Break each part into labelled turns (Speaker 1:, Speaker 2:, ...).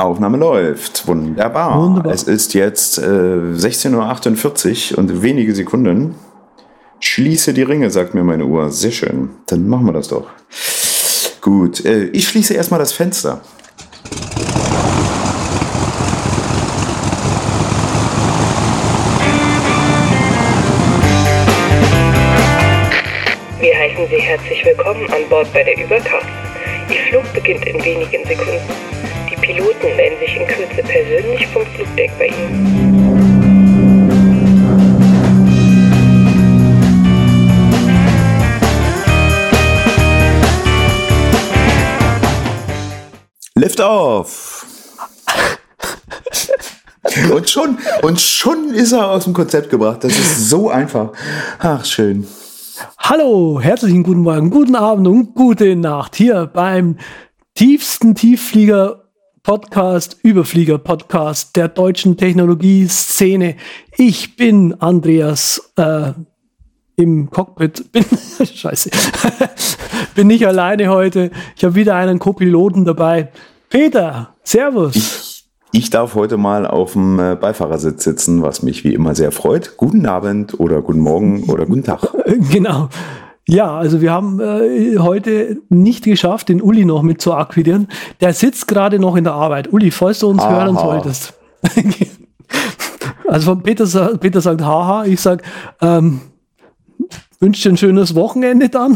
Speaker 1: Aufnahme läuft. Wunderbar. Es ist jetzt 16:48 Uhr und wenige Sekunden. Schließe die Ringe, sagt mir meine Uhr. Sehr schön. Dann machen wir das doch. Gut, ich schließe erstmal das Fenster.
Speaker 2: Wir heißen Sie herzlich willkommen an Bord bei der Überkraft. Ihr Flug beginnt in wenigen Sekunden. Die Piloten melden sich in Kürze persönlich vom Flugdeck bei Ihnen.
Speaker 1: Lift off! Und schon ist er aus dem Konzept gebracht. Das ist so einfach. Ach, schön.
Speaker 3: Hallo, herzlichen guten Morgen, guten Abend und gute Nacht hier beim tiefsten Tiefflieger-Podcast, Überflieger-Podcast der deutschen Technologieszene. Ich bin Andreas im Cockpit. Bin nicht alleine heute. Ich habe wieder einen Co-Piloten dabei. Peter, servus.
Speaker 1: Ich darf heute mal auf dem Beifahrersitz sitzen, was mich wie immer sehr freut. Guten Abend oder guten Morgen oder guten Tag.
Speaker 3: Genau. Ja, also wir haben heute nicht geschafft, den Uli noch mit zu akquirieren. Der sitzt gerade noch in der Arbeit. Uli, falls du uns hören solltest. Also von Peter sagt haha, ich sag wünsche dir ein schönes Wochenende dann.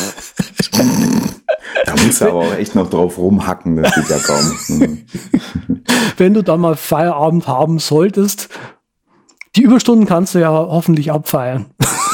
Speaker 1: Da musst du aber auch echt noch drauf rumhacken, das geht ja kaum.
Speaker 3: Wenn du dann mal Feierabend haben solltest, die Überstunden kannst du ja hoffentlich abfeiern.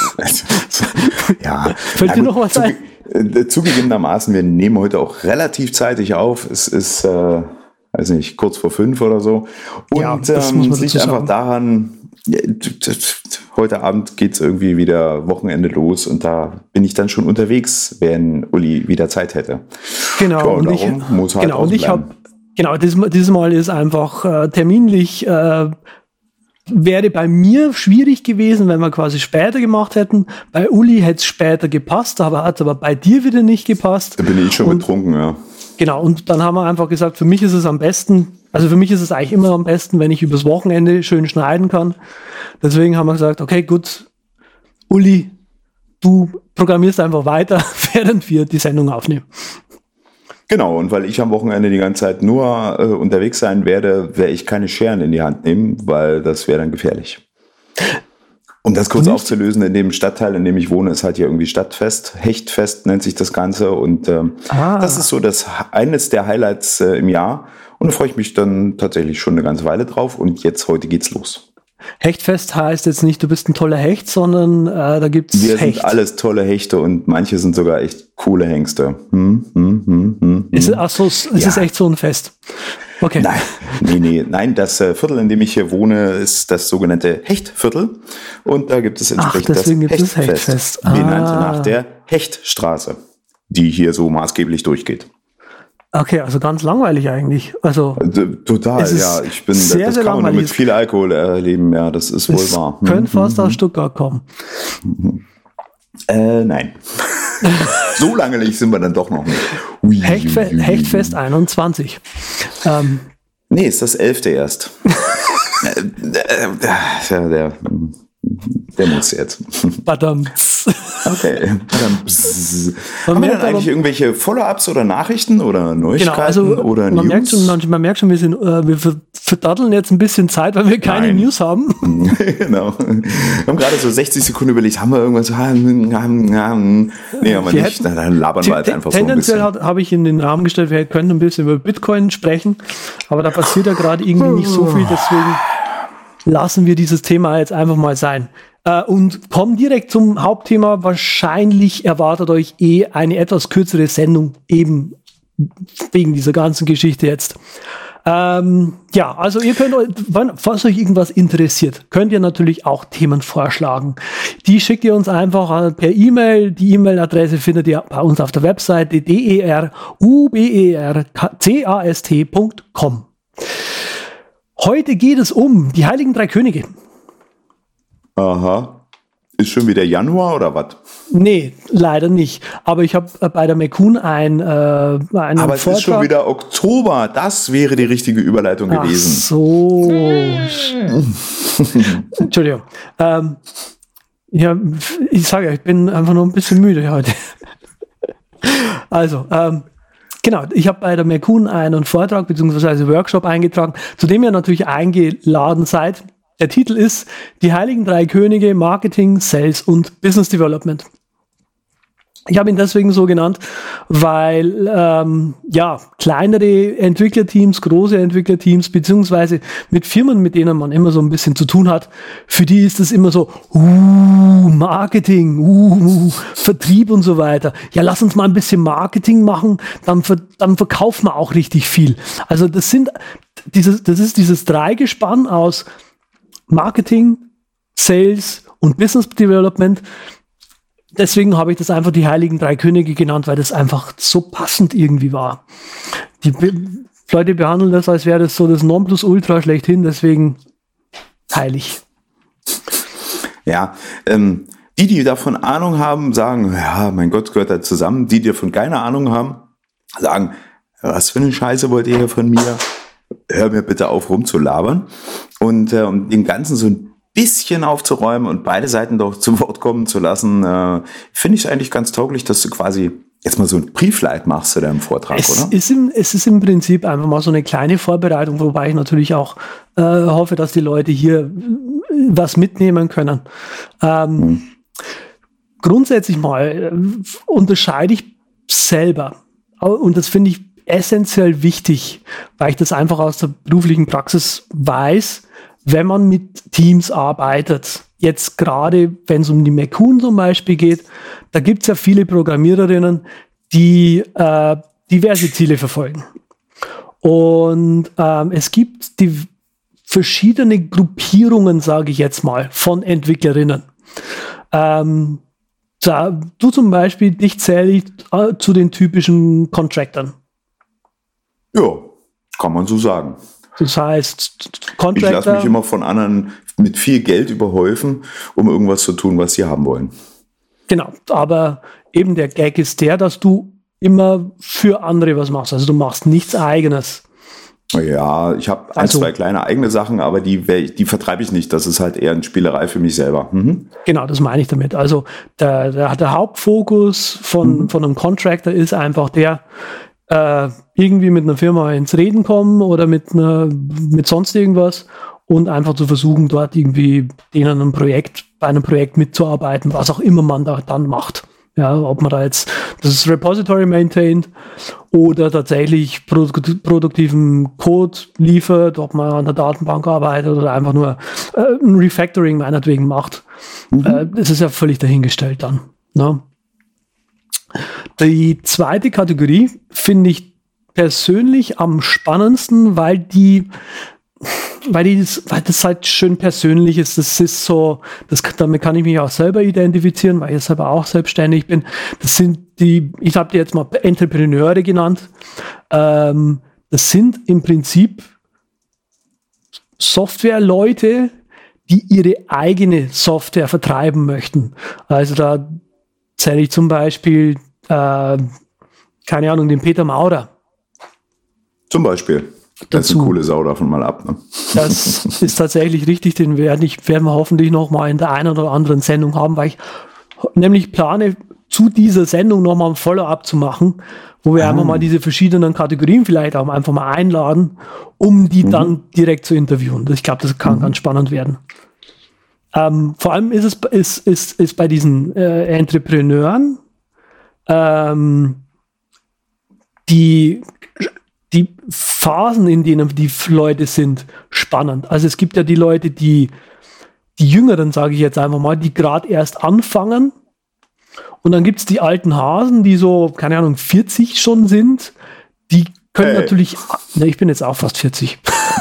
Speaker 1: Ja.
Speaker 3: Fällt dir noch was ein?
Speaker 1: Zugegebenermaßen, wir nehmen heute auch relativ zeitig auf. Es ist, weiß nicht, kurz vor 5 oder so. Und
Speaker 3: ja, das muss man
Speaker 1: es liegt einfach daran, heute Abend geht es irgendwie wieder Wochenende los und da bin ich dann schon unterwegs, wenn Uli wieder Zeit hätte.
Speaker 3: Genau,
Speaker 1: ja, und ich muss halt
Speaker 3: dieses Mal ist einfach terminlich wäre bei mir schwierig gewesen, wenn wir quasi später gemacht hätten. Bei Uli hätte es später gepasst, aber hat aber bei dir wieder nicht gepasst.
Speaker 1: Da bin ich schon betrunken, ja.
Speaker 3: Genau, und dann haben wir einfach gesagt, für mich ist es am besten, also für mich ist es eigentlich immer am besten, wenn ich übers Wochenende schön schneiden kann. Deswegen haben wir gesagt, okay, gut, Uli, du programmierst einfach weiter, während wir die Sendung aufnehmen.
Speaker 1: Genau, und weil ich am Wochenende die ganze Zeit nur unterwegs sein werde ich keine Scheren in die Hand nehmen, weil das wäre dann gefährlich. Um das kurz aufzulösen, in dem Stadtteil, in dem ich wohne, ist halt hier irgendwie Stadtfest. Hechtfest nennt sich das Ganze. Und das ist so eines der Highlights im Jahr. Und da freue ich mich dann tatsächlich schon eine ganze Weile drauf. Und heute geht's los.
Speaker 3: Hechtfest heißt jetzt nicht, du bist ein toller Hecht, sondern da gibt's
Speaker 1: Wir
Speaker 3: Hecht.
Speaker 1: sind alles tolle Hechte und manche sind sogar echt coole Hengste.
Speaker 3: Ist es echt so ein Fest? Okay.
Speaker 1: Nein, das Viertel, in dem ich hier wohne, ist das sogenannte Hechtviertel. Und da gibt es entsprechend das Hechtfest, benannt nach der Hechtstraße, die hier so maßgeblich durchgeht.
Speaker 3: Okay, also ganz langweilig eigentlich. Also
Speaker 1: total, ja. Ich bin
Speaker 3: sehr,
Speaker 1: das
Speaker 3: sehr
Speaker 1: kann man nur mit viel Alkohol erleben, ja, das ist wohl wahr.
Speaker 3: Könnte fast aus Stuttgart kommen.
Speaker 1: Nein. So lange sind wir dann doch noch nicht.
Speaker 3: Hechtfest 21.
Speaker 1: Nee, ist das 11. erst. Der muss jetzt.
Speaker 3: Badam.
Speaker 1: Okay. Haben wir dann eigentlich irgendwelche Follow-ups oder Nachrichten oder Neuigkeiten oder
Speaker 3: man
Speaker 1: News?
Speaker 3: Man merkt schon, wir verdaddeln jetzt ein bisschen Zeit, weil wir keine News haben.
Speaker 1: Genau. Wir haben gerade so 60 Sekunden überlegt, haben wir irgendwas? Nee, haben wir nicht. Dann labern wir halt einfach so ein bisschen.
Speaker 3: Tendenziell habe ich in den Rahmen gestellt, wir könnten ein bisschen über Bitcoin sprechen, aber da passiert ja gerade irgendwie nicht so viel, deswegen lassen wir dieses Thema jetzt einfach mal sein. Und kommen direkt zum Hauptthema. Wahrscheinlich erwartet euch eine etwas kürzere Sendung, eben wegen dieser ganzen Geschichte jetzt. Ja, also ihr könnt, falls euch irgendwas interessiert, könnt ihr natürlich auch Themen vorschlagen. Die schickt ihr uns einfach per E-Mail. Die E-Mail-Adresse findet ihr bei uns auf der Webseite derUbercast.com. Heute geht es um die Heiligen Drei Könige.
Speaker 1: Aha. Ist schon wieder Januar oder was?
Speaker 3: Nee, leider nicht. Aber ich habe bei der McCoon einen
Speaker 1: Aber es ist schon wieder Oktober. Das wäre die richtige Überleitung gewesen.
Speaker 3: Ach so. Entschuldigung. Ja, ich sage ja, ich bin einfach nur ein bisschen müde heute. Also, genau, ich habe bei der McCoon einen Vortrag bzw. Workshop eingetragen, zu dem ihr natürlich eingeladen seid. Der Titel ist Die Heiligen Drei Könige Marketing, Sales und Business Development. Ich habe ihn deswegen so genannt, weil kleinere Entwicklerteams, große Entwicklerteams, beziehungsweise mit Firmen, mit denen man immer so ein bisschen zu tun hat, für die ist es immer so, Marketing, Vertrieb und so weiter. Ja, lass uns mal ein bisschen Marketing machen, dann verkaufen wir auch richtig viel. Also das ist dieses Dreigespann aus Marketing, Sales und Business Development. Deswegen habe ich das einfach die Heiligen Drei Könige genannt, weil das einfach so passend irgendwie war. Die Leute behandeln das, als wäre das so das Nonplusultra schlechthin, deswegen heilig.
Speaker 1: Ja, die davon Ahnung haben, sagen, ja, mein Gott, gehört da zusammen. Die davon keine Ahnung haben, sagen, was für eine Scheiße wollt ihr hier von mir? Hör mir bitte auf, rumzulabern. Und um dem Ganzen so ein bisschen aufzuräumen und beide Seiten doch zu Wort kommen zu lassen, finde ich es eigentlich ganz tauglich, dass du quasi jetzt mal so ein Briefleit machst zu deinem Vortrag, oder?
Speaker 3: Es ist im Prinzip einfach mal so eine kleine Vorbereitung, wobei ich natürlich auch hoffe, dass die Leute hier was mitnehmen können. Grundsätzlich mal unterscheide ich selber, und das finde ich essentiell wichtig, weil ich das einfach aus der beruflichen Praxis weiß, wenn man mit Teams arbeitet. Jetzt gerade, wenn es um die McCoon zum Beispiel geht, da gibt es ja viele Programmiererinnen, die diverse Ziele verfolgen. Und es gibt die verschiedene Gruppierungen, sage ich jetzt mal, von Entwicklerinnen. Du zum Beispiel, dich zähle ich zu den typischen Contractern.
Speaker 1: Ja, kann man so sagen.
Speaker 3: Das heißt, Contractor.
Speaker 1: Ich lasse mich immer von anderen mit viel Geld überhäufen, um irgendwas zu tun, was sie haben wollen.
Speaker 3: Genau, aber eben der Gag ist der, dass du immer für andere was machst. Also du machst nichts Eigenes.
Speaker 1: Ja, ich habe zwei kleine eigene Sachen, aber die vertreibe ich nicht. Das ist halt eher eine Spielerei für mich selber.
Speaker 3: Genau, das meine ich damit. Also der Hauptfokus von einem Contractor ist einfach der, irgendwie mit einer Firma ins Reden kommen oder mit sonst irgendwas und einfach zu versuchen, dort irgendwie bei einem Projekt mitzuarbeiten, was auch immer man da dann macht. Ja, ob man da jetzt das Repository maintaint oder tatsächlich produktiven Code liefert, ob man an der Datenbank arbeitet oder einfach nur ein Refactoring meinetwegen macht. Das ist ja völlig dahingestellt dann. Ne? Die zweite Kategorie finde ich persönlich am spannendsten, weil das halt schön persönlich ist. Das ist so, damit kann ich mich auch selber identifizieren, weil ich selber auch selbstständig bin. Das sind ich habe die jetzt mal Entrepreneure genannt. Das sind im Prinzip Softwareleute, die ihre eigene Software vertreiben möchten. Also da zähle ich zum Beispiel, keine Ahnung, den Peter Maurer.
Speaker 1: Zum Beispiel. Das ist eine coole Sau davon mal ab. Ne?
Speaker 3: Das ist tatsächlich richtig, den werden wir hoffentlich noch mal in der einen oder anderen Sendung haben, weil ich nämlich plane, zu dieser Sendung noch mal ein Follow-up zu machen, wo wir einfach mal diese verschiedenen Kategorien vielleicht auch einfach mal einladen, um die dann direkt zu interviewen. Ich glaube, das kann ganz spannend werden. Vor allem ist es bei diesen Entrepreneuren die Phasen, in denen die Leute sind, spannend. Also es gibt ja die Leute, die Jüngeren, sage ich jetzt einfach mal, die gerade erst anfangen. Und dann gibt es die alten Hasen, die so, keine Ahnung, 40 schon sind. Die können natürlich, ich bin jetzt auch fast 40.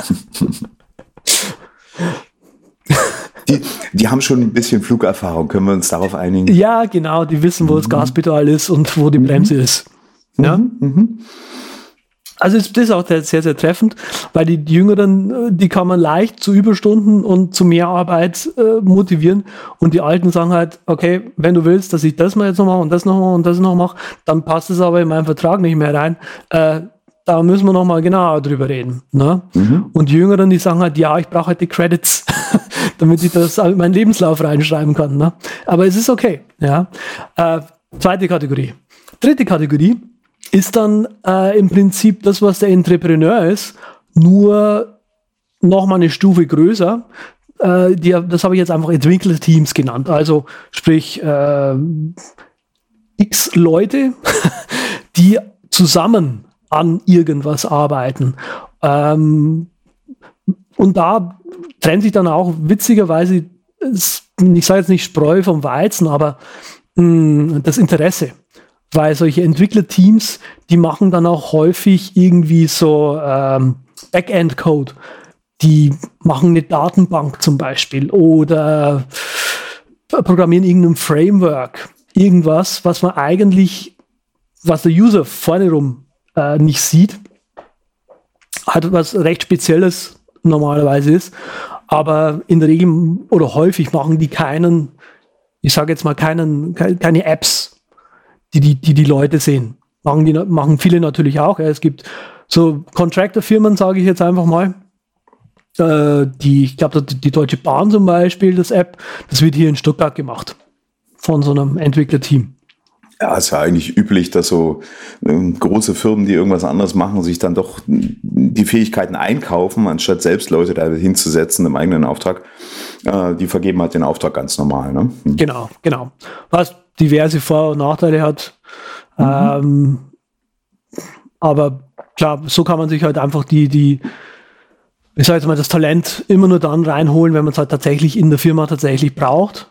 Speaker 1: Die haben schon ein bisschen Flugerfahrung, können wir uns darauf einigen?
Speaker 3: Ja, genau, die wissen, wo das Gaspedal ist und wo die Bremse ist. Ja? Also das ist auch sehr, sehr treffend, weil die Jüngeren, die kann man leicht zu Überstunden und zu mehr Arbeit motivieren und die Alten sagen halt, okay, wenn du willst, dass ich das mal jetzt noch mache und das noch mache und das noch mache, dann passt es aber in meinen Vertrag nicht mehr rein. Da müssen wir noch mal genauer drüber reden. Ne? Und die Jüngeren, die sagen halt, ja, ich brauche halt die Credits, damit ich das in meinen Lebenslauf reinschreiben kann. Ne? Aber es ist okay. Ja? Zweite Kategorie. Dritte Kategorie ist dann im Prinzip das, was der Entrepreneur ist, nur noch mal eine Stufe größer. Das habe ich jetzt einfach Entwicklerteams genannt. Also sprich x Leute, die zusammen an irgendwas arbeiten. Und da trennt sich dann auch witzigerweise, ich sage jetzt nicht Spreu vom Weizen, aber das Interesse. Weil solche Entwicklerteams, die machen dann auch häufig irgendwie so Backend-Code. Die machen eine Datenbank zum Beispiel oder programmieren irgendein Framework. Irgendwas, was man eigentlich, was der User vorne rum nicht sieht. Hat was recht Spezielles normalerweise ist. Aber in der Regel oder häufig machen die keine Apps, die Leute sehen. Machen viele natürlich auch. Ja. Es gibt so Contractor-Firmen, sage ich jetzt einfach mal. Ich glaube, die Deutsche Bahn zum Beispiel, das App, das wird hier in Stuttgart gemacht. Von so einem Entwicklerteam.
Speaker 1: Ja, ist ja eigentlich üblich, dass so große Firmen, die irgendwas anderes machen, sich dann doch die Fähigkeiten einkaufen, anstatt selbst Leute da hinzusetzen im eigenen Auftrag. Die vergeben halt den Auftrag ganz normal. Ne?
Speaker 3: Genau. Was diverse Vor- und Nachteile hat. Aber klar, so kann man sich halt einfach ich sag jetzt mal, das Talent immer nur dann reinholen, wenn man es halt tatsächlich in der Firma tatsächlich braucht.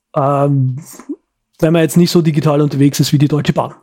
Speaker 3: Wenn man jetzt nicht so digital unterwegs ist wie die Deutsche Bahn.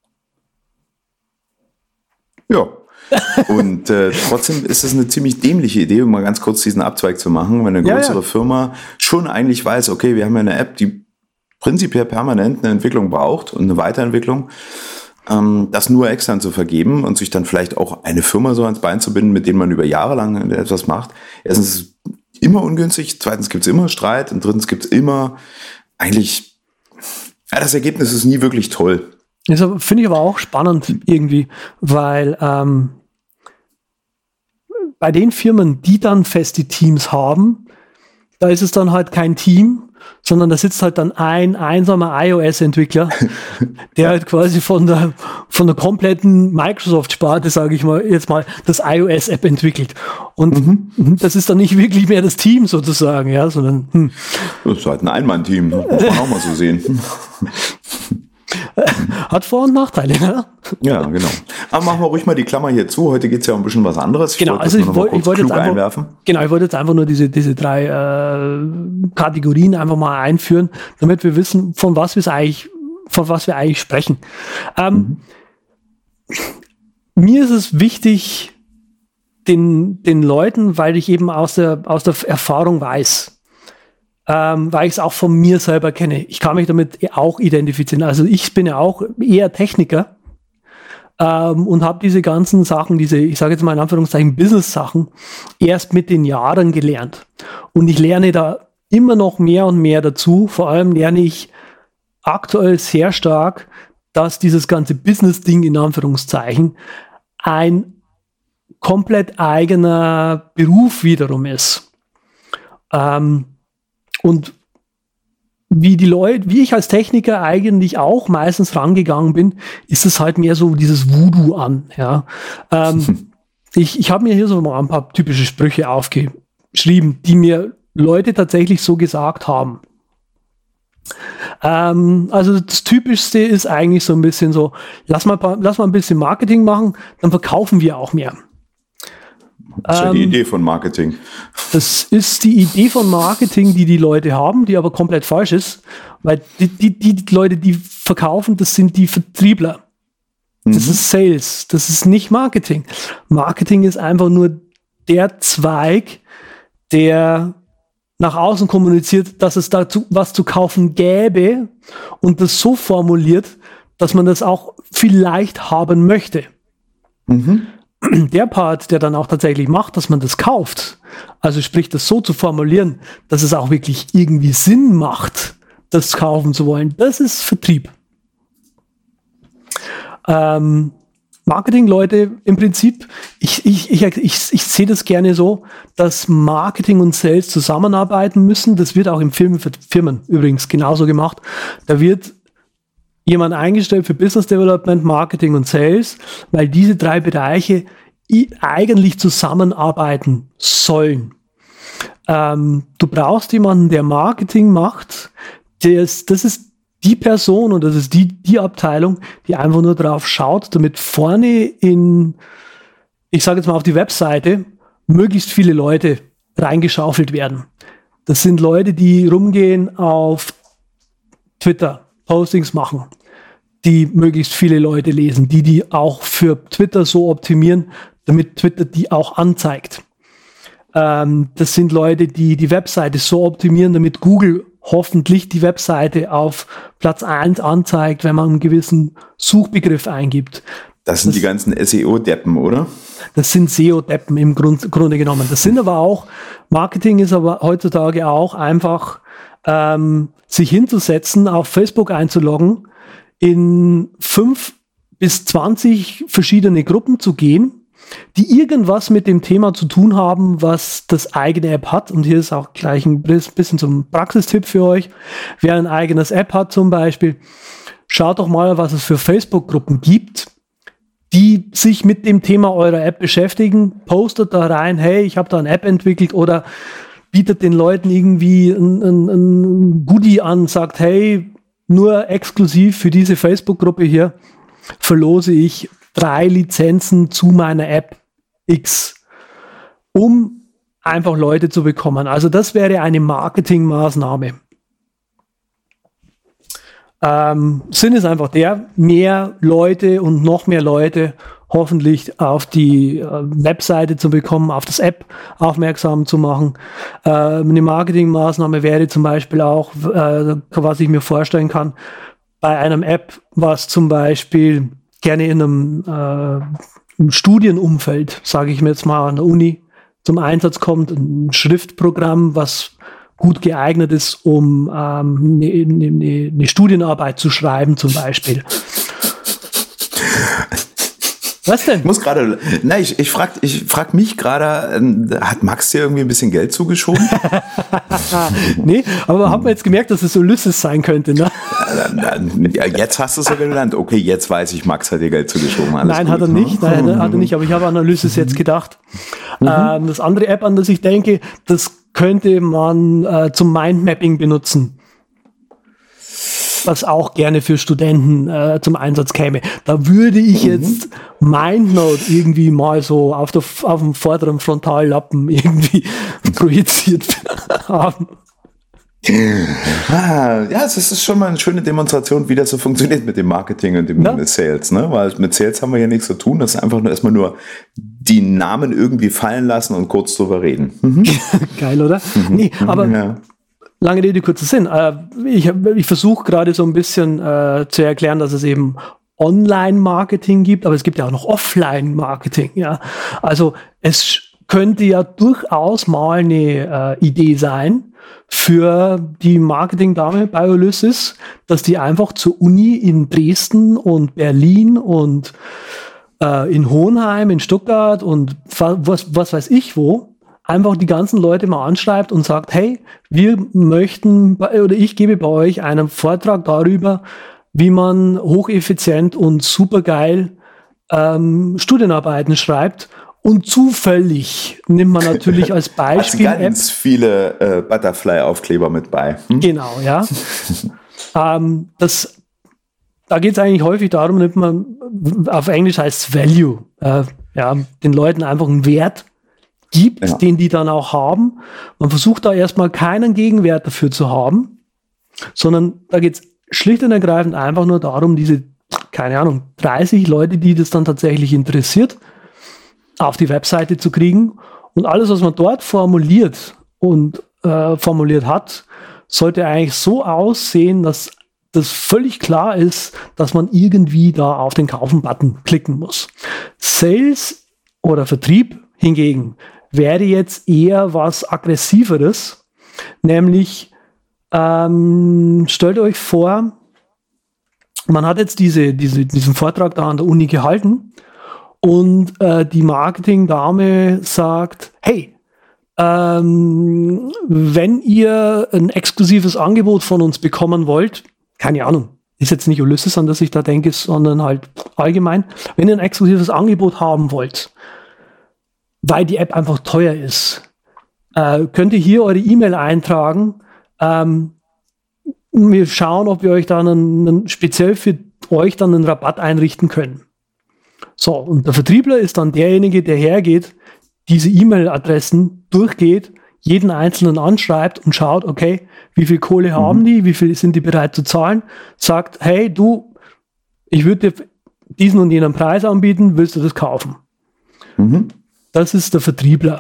Speaker 1: Ja. Und trotzdem ist es eine ziemlich dämliche Idee, um mal ganz kurz diesen Abzweig zu machen, wenn eine größere Firma schon eigentlich weiß, okay, wir haben ja eine App, die prinzipiell permanent eine Entwicklung braucht und eine Weiterentwicklung, das nur extern zu vergeben und sich dann vielleicht auch eine Firma so ans Bein zu binden, mit denen man über Jahre lang etwas macht. Erstens ist es immer ungünstig, zweitens gibt es immer Streit und drittens gibt es immer eigentlich, das Ergebnis ist nie wirklich toll.
Speaker 3: Das finde ich aber auch spannend irgendwie, weil bei den Firmen, die dann feste Teams haben, da ist es dann halt kein Team, sondern da sitzt halt dann ein einsamer iOS-Entwickler, der halt quasi von der kompletten Microsoft-Sparte, sage ich mal, jetzt mal das iOS-App entwickelt. Und das ist dann nicht wirklich mehr das Team sozusagen, ja, sondern
Speaker 1: Das ist halt ein Einmann-Team, muss man auch mal so sehen.
Speaker 3: Hat Vor- und Nachteile, ne?
Speaker 1: Ja, genau. Aber machen wir ruhig mal die Klammer hier zu. Heute geht es ja um ein bisschen was anderes.
Speaker 3: Genau, also ich wollte jetzt einfach nur diese drei Kategorien einfach mal einführen, damit wir wissen, von was wir eigentlich sprechen. Mir ist es wichtig, den Leuten, weil ich eben aus der Erfahrung weiß, weil ich es auch von mir selber kenne. Ich kann mich damit auch identifizieren. Also ich bin ja auch eher Techniker und habe diese ganzen Sachen, ich sage jetzt mal in Anführungszeichen Business-Sachen, erst mit den Jahren gelernt. Und ich lerne da immer noch mehr und mehr dazu. Vor allem lerne ich aktuell sehr stark, dass dieses ganze Business-Ding in Anführungszeichen ein komplett eigener Beruf wiederum ist. Und wie ich als Techniker eigentlich auch meistens rangegangen bin, ist es halt mehr so dieses Voodoo an. Ja. Ich habe mir hier so mal ein paar typische Sprüche aufgeschrieben, die mir Leute tatsächlich so gesagt haben. Also das Typischste ist eigentlich so ein bisschen so, lass mal ein bisschen Marketing machen, dann verkaufen wir auch mehr.
Speaker 1: Das ist ja die Idee von Marketing.
Speaker 3: Das ist die Idee von Marketing, die Leute haben, die aber komplett falsch ist, weil die Leute, die verkaufen, das sind die Vertriebler. Das ist Sales, das ist nicht Marketing. Marketing ist einfach nur der Zweig, der nach außen kommuniziert, dass es dazu was zu kaufen gäbe und das so formuliert, dass man das auch vielleicht haben möchte. der Part, der dann auch tatsächlich macht, dass man das kauft, also sprich, das so zu formulieren, dass es auch wirklich irgendwie Sinn macht, das kaufen zu wollen, das ist Vertrieb. Marketing-Leute, im Prinzip, ich sehe das gerne so, dass Marketing und Sales zusammenarbeiten müssen. Das wird auch in Firmen übrigens genauso gemacht. Da wird jemand eingestellt für Business Development, Marketing und Sales, weil diese 3 Bereiche eigentlich zusammenarbeiten sollen. Du brauchst jemanden, der Marketing macht. Das ist die Person und das ist die Abteilung, die einfach nur drauf schaut, damit vorne ich sage jetzt mal auf die Webseite, möglichst viele Leute reingeschaufelt werden. Das sind Leute, die rumgehen auf Twitter, Postings machen, die möglichst viele Leute lesen, die auch für Twitter so optimieren, damit Twitter die auch anzeigt. Das sind Leute, die die Webseite so optimieren, damit Google hoffentlich die Webseite auf Platz 1 anzeigt, wenn man einen gewissen Suchbegriff eingibt.
Speaker 1: Das sind die ganzen SEO-Deppen, oder?
Speaker 3: Das sind SEO-Deppen im Grunde genommen. Das sind aber auch, Marketing ist aber heutzutage auch einfach, sich hinzusetzen, auf Facebook einzuloggen, in 5 bis 20 verschiedene Gruppen zu gehen, die irgendwas mit dem Thema zu tun haben, was das eigene App hat. Und hier ist auch gleich ein bisschen zum Praxistipp für euch. Wer ein eigenes App hat zum Beispiel, schaut doch mal, was es für Facebook-Gruppen gibt, die sich mit dem Thema eurer App beschäftigen. Postet da rein, hey, ich habe da eine App entwickelt, oder bietet den Leuten irgendwie ein Goodie an, sagt, hey, nur exklusiv für diese Facebook-Gruppe hier verlose ich 3 Lizenzen zu meiner App X, um einfach Leute zu bekommen. Also das wäre eine Marketingmaßnahme. Sinn ist einfach mehr Leute und noch mehr Leute hoffentlich auf die Webseite zu bekommen, auf das App aufmerksam zu machen. Eine Marketingmaßnahme wäre zum Beispiel auch, was ich mir vorstellen kann, bei einem App, was zum Beispiel gerne in einem Studienumfeld, sage ich mir jetzt mal, an der Uni zum Einsatz kommt, ein Schriftprogramm, was gut geeignet ist, um eine Studienarbeit zu schreiben zum Beispiel. Was denn?
Speaker 1: Ich frag mich gerade, hat Max dir irgendwie ein bisschen Geld zugeschoben?
Speaker 3: Nee, aber haben wir jetzt gemerkt, dass es Ulysses sein könnte, ne?
Speaker 1: Ja, jetzt hast du es ja gelernt. Okay, jetzt weiß ich, Max hat dir Geld zugeschoben.
Speaker 3: Nein, hat er nicht. Aber ich habe an Ulysses jetzt gedacht. Das andere App, an das ich denke, das könnte man zum Mindmapping benutzen, was auch gerne für Studenten zum Einsatz käme. Da würde ich jetzt MindNote irgendwie mal so auf dem vorderen Frontallappen irgendwie projiziert haben.
Speaker 1: Ja, das ist schon mal eine schöne Demonstration, wie das so funktioniert mit dem Marketing und dem Sales, ne? Weil mit Sales haben wir ja nichts zu tun. Das ist einfach nur erstmal nur die Namen irgendwie fallen lassen und kurz drüber reden.
Speaker 3: Geil, oder? Nee, aber lange Rede, kurzer Sinn. Ich versuche gerade so ein bisschen zu erklären, dass es eben Online-Marketing gibt, aber es gibt ja auch noch Offline-Marketing. Ja? Also es könnte ja durchaus mal eine Idee sein für die Marketingdame bei Ulysses, dass die einfach zur Uni in Dresden und Berlin und in Hohenheim, in Stuttgart und was weiß ich wo, einfach die ganzen Leute mal anschreibt und sagt, hey, ich gebe bei euch einen Vortrag darüber, wie man hocheffizient und supergeil Studienarbeiten schreibt. Und zufällig nimmt man natürlich als Beispiel
Speaker 1: ganz viele Butterfly-Aufkleber mit bei.
Speaker 3: Genau, ja. Da geht es eigentlich häufig darum, nimmt man, auf Englisch heißt es Value, den Leuten einfach einen Wert gibt, den die dann auch haben. Man versucht da erstmal keinen Gegenwert dafür zu haben, sondern da geht es schlicht und ergreifend einfach nur darum, diese, 30 Leute, die das dann tatsächlich interessiert, auf die Webseite zu kriegen. Und alles, was man dort formuliert hat, sollte eigentlich so aussehen, dass das völlig klar ist, dass man irgendwie da auf den Kaufen-Button klicken muss. Sales oder Vertrieb hingegen wäre jetzt eher was Aggressiveres, nämlich stellt euch vor, man hat jetzt diesen Vortrag da an der Uni gehalten und die Marketingdame sagt, hey, wenn ihr ein exklusives Angebot von uns bekommen wollt, keine Ahnung, ist jetzt nicht Ulysses, an das ich da denke, sondern halt allgemein, wenn ihr ein exklusives Angebot haben wollt, weil die App einfach teuer ist, könnt ihr hier eure E-Mail eintragen. Wir schauen, ob wir euch dann speziell für euch dann einen Rabatt einrichten können. So, und der Vertriebler ist dann derjenige, der hergeht, diese E-Mail-Adressen durchgeht, jeden Einzelnen anschreibt und schaut, okay, wie viel Kohle haben die, wie viel sind die bereit zu zahlen, sagt, hey, du, ich würde dir diesen und jenen Preis anbieten, willst du das kaufen? Das ist der Vertriebler.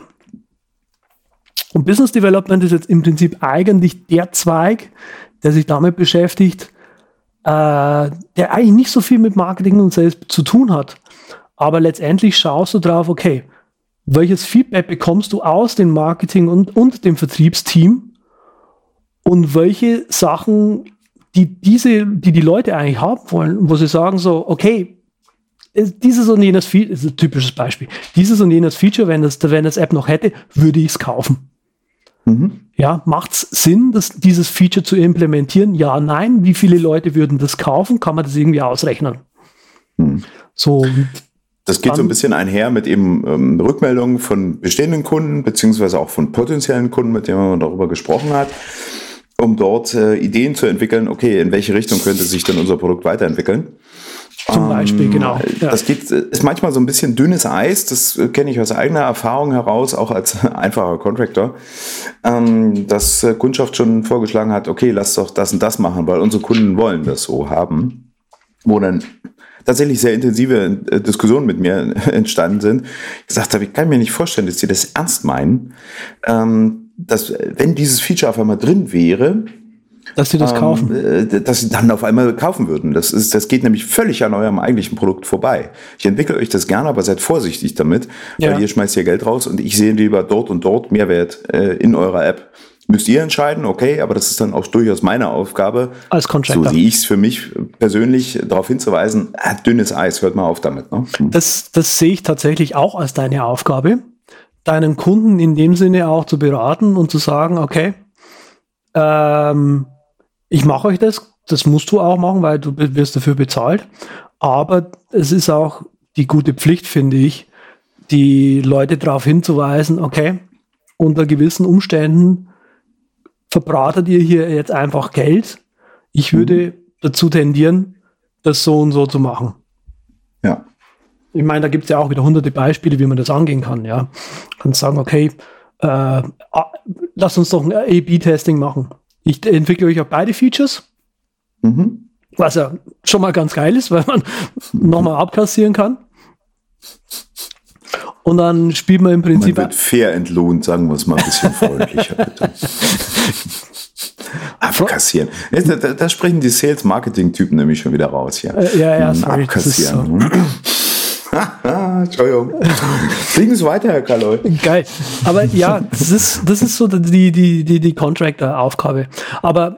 Speaker 3: Und Business Development ist jetzt im Prinzip eigentlich der Zweig, der sich damit beschäftigt, der eigentlich nicht so viel mit Marketing und Sales zu tun hat. Aber letztendlich schaust du drauf, okay, welches Feedback bekommst du aus dem Marketing und dem Vertriebsteam und welche Sachen, die Leute eigentlich haben wollen, wo sie sagen so, okay, dieses und jenes Feature, ist ein typisches Beispiel, dieses und jenes Feature, wenn das App noch hätte, würde ich es kaufen. Ja, macht es Sinn, dieses Feature zu implementieren? Ja, nein. Wie viele Leute würden das kaufen? Kann man das irgendwie ausrechnen? So.
Speaker 1: Das geht so ein bisschen einher mit eben Rückmeldungen von bestehenden Kunden, beziehungsweise auch von potenziellen Kunden, mit denen man darüber gesprochen hat, um dort Ideen zu entwickeln, okay, in welche Richtung könnte sich denn unser Produkt weiterentwickeln?
Speaker 3: Zum Beispiel, genau.
Speaker 1: Ja. Das ist manchmal so ein bisschen dünnes Eis, das kenne ich aus eigener Erfahrung heraus, auch als einfacher Contractor, dass Kundschaft schon vorgeschlagen hat, okay, lass doch das und das machen, weil unsere Kunden wollen das so haben, wo dann tatsächlich sehr intensive Diskussionen mit mir entstanden sind. Ich gesagt habe, ich kann mir nicht vorstellen, dass sie das ernst meinen, dass wenn dieses Feature auf einmal drin wäre,
Speaker 3: dass sie das kaufen.
Speaker 1: Dass sie dann auf einmal kaufen würden. Das geht nämlich völlig an eurem eigentlichen Produkt vorbei. Ich entwickle euch das gerne, aber seid vorsichtig damit, weil ihr schmeißt hier Geld raus und ich sehe lieber dort und dort Mehrwert in eurer App. Müsst ihr entscheiden, okay, aber das ist dann auch durchaus meine Aufgabe,
Speaker 3: als Contractor.
Speaker 1: So sehe ich es für mich persönlich, darauf hinzuweisen, dünnes Eis, hört mal auf damit. Ne?
Speaker 3: Das sehe ich tatsächlich auch als deine Aufgabe, deinen Kunden in dem Sinne auch zu beraten und zu sagen, okay, ich mache euch das musst du auch machen, weil du wirst dafür bezahlt, aber es ist auch die gute Pflicht, finde ich, die Leute darauf hinzuweisen, okay, unter gewissen Umständen verbratet ihr hier jetzt einfach Geld. Ich würde dazu tendieren, das so und so zu machen.
Speaker 1: Ja.
Speaker 3: Ich meine, da gibt es ja auch wieder hunderte Beispiele, wie man das angehen kann. Ja, kannst sagen, okay, lasst uns doch ein A/B-Testing machen. Ich entwickle euch auch beide Features, was ja schon mal ganz geil ist, weil man nochmal abkassieren kann. Und dann spielt man im Prinzip...
Speaker 1: Man wird fair entlohnt, sagen wir es mal ein bisschen freundlicher, bitte. Abkassieren. Da sprechen die Sales-Marketing-Typen nämlich schon wieder raus hier.
Speaker 3: Ja, sorry.
Speaker 1: Abkassieren. Entschuldigung. Fliegen Sie weiter, Herr Kaloy.
Speaker 3: Geil. Aber ja, das ist so die Contractor-Aufgabe. Aber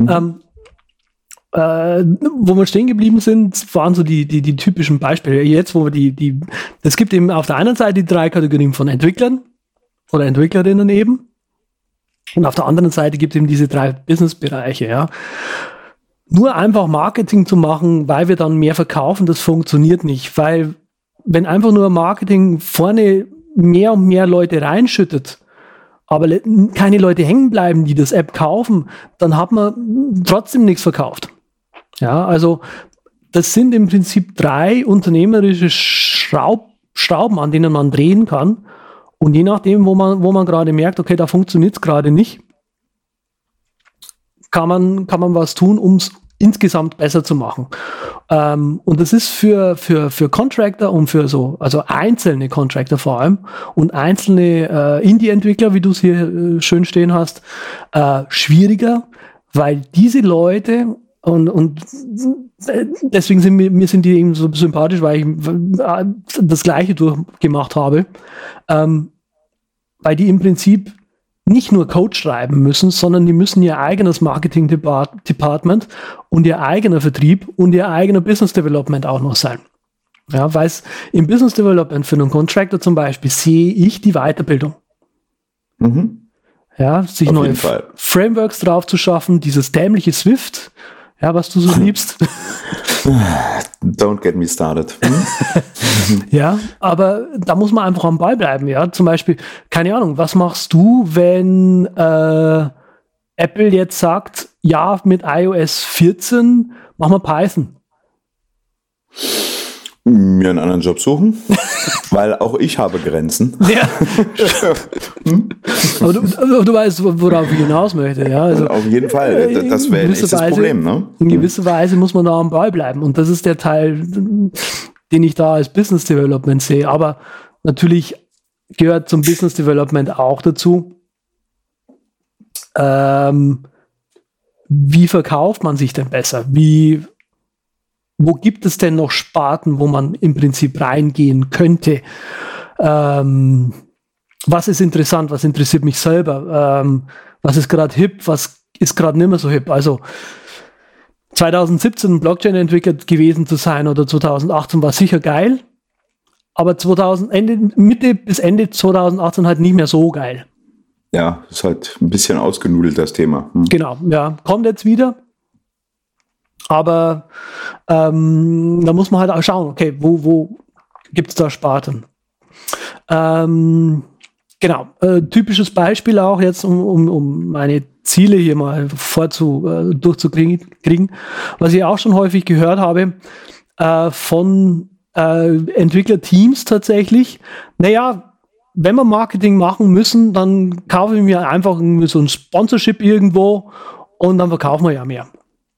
Speaker 3: wo wir stehen geblieben sind, waren so die typischen Beispiele. Jetzt, wo wir es gibt eben auf der einen Seite die 3 Kategorien von Entwicklern oder Entwicklerinnen eben. Und auf der anderen Seite gibt es eben diese 3 Business-Bereiche, ja. Nur einfach Marketing zu machen, weil wir dann mehr verkaufen, das funktioniert nicht. Weil, wenn einfach nur Marketing vorne mehr und mehr Leute reinschüttet, aber keine Leute hängen bleiben, die das App kaufen, dann hat man trotzdem nichts verkauft. Ja, also das sind im Prinzip 3 unternehmerische Schrauben, an denen man drehen kann. Und je nachdem, wo man gerade merkt, okay, da funktioniert es gerade nicht, kann man was tun, um es insgesamt besser zu machen. Und das ist für Contractor und also einzelne Contractor vor allem und einzelne Indie-Entwickler, wie du es hier schön stehen hast, schwieriger, weil diese Leute Und deswegen sind mir sind die eben so sympathisch, weil ich das Gleiche durchgemacht habe. Weil die im Prinzip nicht nur Code schreiben müssen, sondern die müssen ihr eigenes Marketing-Department und ihr eigener Vertrieb und ihr eigener Business Development auch noch sein. Ja, weil es im Business Development für einen Contractor zum Beispiel sehe ich die Weiterbildung. Ja, sich neue Frameworks drauf zu schaffen, dieses dämliche Swift, ja, was du so liebst.
Speaker 1: Don't get me started.
Speaker 3: Ja, aber da muss man einfach am Ball bleiben, ja. Zum Beispiel, keine Ahnung, was machst du, wenn Apple jetzt sagt, ja, mit iOS 14 machen wir Python?
Speaker 1: Mir einen anderen Job suchen, weil auch ich habe Grenzen.
Speaker 3: Ja. Aber du weißt, worauf ich hinaus möchte. Ja? Also,
Speaker 1: auf jeden Fall, das wäre nicht das Problem. Ne?
Speaker 3: In gewisser Weise muss man da am Ball bleiben. Und das ist der Teil, den ich da als Business Development sehe. Aber natürlich gehört zum Business Development auch dazu, wie verkauft man sich denn besser? Wo gibt es denn noch Sparten, wo man im Prinzip reingehen könnte? Was ist interessant? Was interessiert mich selber? Was ist gerade hip? Was ist gerade nicht mehr so hip? Also 2017 ein Blockchain-Entwickler gewesen zu sein oder 2018 war sicher geil, aber Mitte bis Ende 2018 halt nicht mehr so geil.
Speaker 1: Ja, ist halt ein bisschen ausgenudelt, das Thema.
Speaker 3: Genau, ja. Kommt jetzt wieder. Aber da muss man halt auch schauen, okay, wo gibt es da Sparten? Genau, typisches Beispiel auch jetzt, um meine Ziele hier mal durchzukriegen, was ich auch schon häufig gehört habe, von Entwicklerteams tatsächlich. Naja, wenn wir Marketing machen müssen, dann kaufe ich mir einfach so ein Sponsorship irgendwo und dann verkaufen wir ja mehr.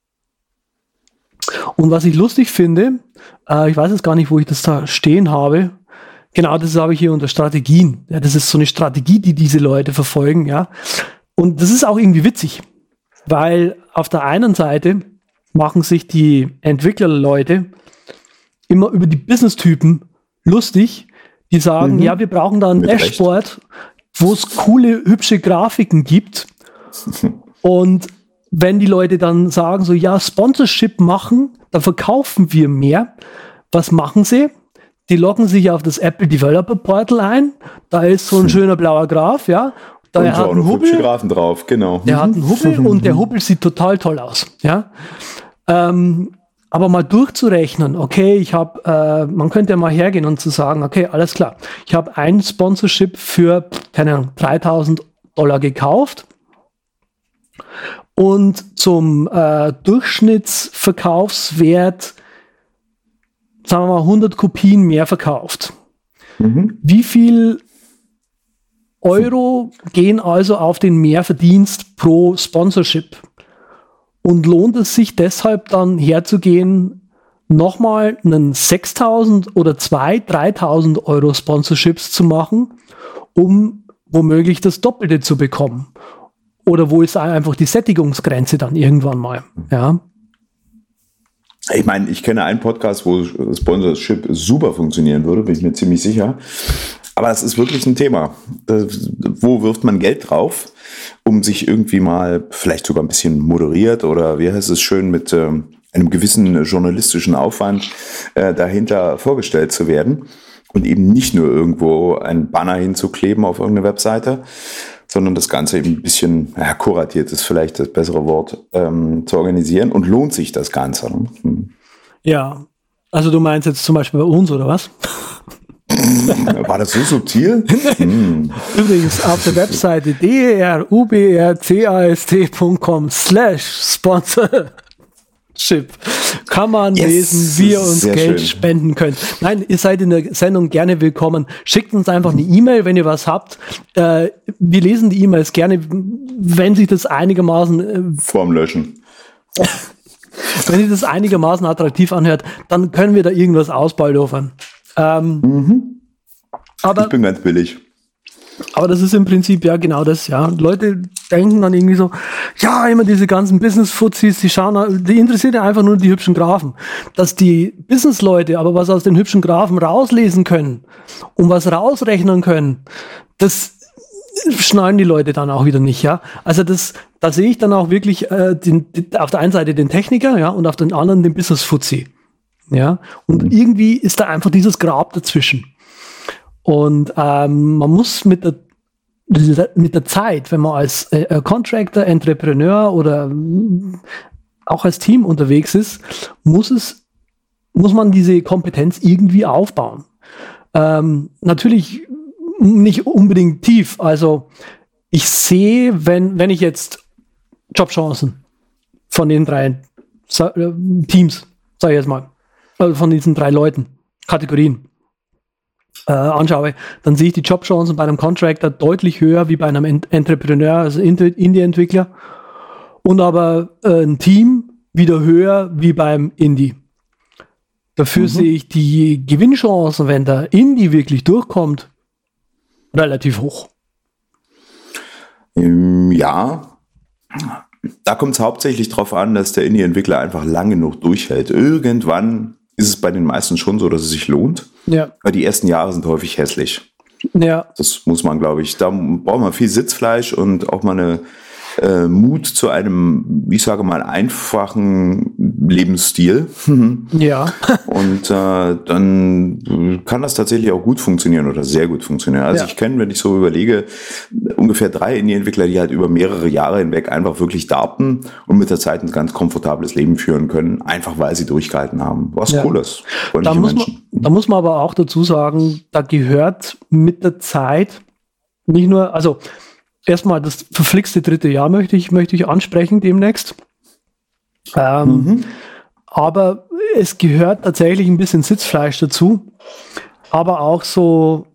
Speaker 3: Und was ich lustig finde, ich weiß jetzt gar nicht, wo ich das da stehen habe. Genau, das habe ich hier unter Strategien. Ja, das ist so eine Strategie, die diese Leute verfolgen, ja. Und das ist auch irgendwie witzig, weil auf der einen Seite machen sich die Entwicklerleute immer über die Business-Typen lustig, die sagen, ja, wir brauchen da ein Dashboard, wo es coole, hübsche Grafiken gibt. Und wenn die Leute dann sagen, so, ja, Sponsorship machen, dann verkaufen wir mehr. Was machen sie? Die loggen sich auf das Apple Developer Portal ein. Da ist so ein schöner blauer Graph, ja. Da
Speaker 1: und hat einen Hubbel Graphen drauf, genau.
Speaker 3: Der hat einen Hubbel und der Hubbel sieht total toll aus, ja. Aber mal durchzurechnen, okay, man könnte ja mal hergehen und zu sagen, okay, alles klar, ich habe ein Sponsorship für, keine Ahnung, $3.000 gekauft. Und zum Durchschnittsverkaufswert, sagen wir mal, 100 Kopien mehr verkauft. Wie viel Euro gehen also auf den Mehrverdienst pro Sponsorship? Und lohnt es sich deshalb dann herzugehen, nochmal einen 6.000 oder 3.000 Euro Sponsorships zu machen, um womöglich das Doppelte zu bekommen? Oder wo ist einfach die Sättigungsgrenze dann irgendwann mal? Ja.
Speaker 1: Ich meine, ich kenne einen Podcast, wo Sponsorship super funktionieren würde, bin ich mir ziemlich sicher. Aber das ist wirklich ein Thema. Wo wirft man Geld drauf, um sich irgendwie mal vielleicht sogar ein bisschen moderiert oder wie heißt es schön mit einem gewissen journalistischen Aufwand dahinter vorgestellt zu werden und eben nicht nur irgendwo ein Banner hinzukleben auf irgendeine Webseite, sondern das Ganze eben ein bisschen kuratiert ist vielleicht das bessere Wort, zu organisieren. Und lohnt sich das Ganze? Ne?
Speaker 3: Ja, also du meinst jetzt zum Beispiel bei uns, oder was?
Speaker 1: War das so subtil?
Speaker 3: Übrigens auf der Webseite derubcast.com/sponsorship kann man lesen, wie ihr uns Geld spenden könnt. Nein, ihr seid in der Sendung gerne willkommen. Schickt uns einfach eine E-Mail, wenn ihr was habt. Wir lesen die E-Mails gerne, wenn sich das einigermaßen
Speaker 1: vorm Löschen.
Speaker 3: Wenn sich das einigermaßen attraktiv anhört, dann können wir da irgendwas ausbaldofern. Aber
Speaker 1: ich bin ganz billig.
Speaker 3: Aber das ist im Prinzip ja genau das, ja. Leute denken dann irgendwie so, ja, immer diese ganzen Business-Fuzis, die interessieren ja einfach nur die hübschen Graphen. Dass die Business-Leute aber was aus den hübschen Graphen rauslesen können und was rausrechnen können, das schneiden die Leute dann auch wieder nicht, ja. Also da sehe ich dann auch wirklich auf der einen Seite den Techniker, ja, und auf den anderen den Business-Fuzzi, ja. Und irgendwie ist da einfach dieses Grab dazwischen. Und man muss mit der Zeit, wenn man als Contractor, Entrepreneur oder auch als Team unterwegs ist, muss man diese Kompetenz irgendwie aufbauen. Natürlich nicht unbedingt tief. Also ich sehe, wenn ich jetzt Jobchancen von den 3 Teams, sage ich jetzt mal, also von diesen 3 Leuten, Kategorien, anschaue, dann sehe ich die Jobchancen bei einem Contractor deutlich höher wie bei einem Entrepreneur, also Indie-Entwickler, und aber ein Team wieder höher wie beim Indie. Dafür sehe ich die Gewinnchancen, wenn der Indie wirklich durchkommt, relativ hoch.
Speaker 1: Ja, da kommt es hauptsächlich darauf an, dass der Indie-Entwickler einfach lang genug durchhält. Irgendwann ist es bei den meisten schon so, dass es sich lohnt.
Speaker 3: Ja.
Speaker 1: Weil die ersten Jahre sind häufig hässlich.
Speaker 3: Ja.
Speaker 1: Das muss man, glaube ich, da braucht man viel Sitzfleisch und auch mal eine Mut zu einem, ich sage mal, einfachen Lebensstil.
Speaker 3: Ja.
Speaker 1: Und dann kann das tatsächlich auch gut funktionieren oder sehr gut funktionieren. Also ich kenne, wenn ich so überlege, ungefähr 3 Indie-Entwickler, die halt über mehrere Jahre hinweg einfach wirklich darten und mit der Zeit ein ganz komfortables Leben führen können, einfach weil sie durchgehalten haben. Was cool ist.
Speaker 3: Da muss man aber auch dazu sagen, da gehört mit der Zeit nicht nur, also erstmal das verflixte 3. Jahr möchte ich ansprechen demnächst. Aber es gehört tatsächlich ein bisschen Sitzfleisch dazu. Aber auch so,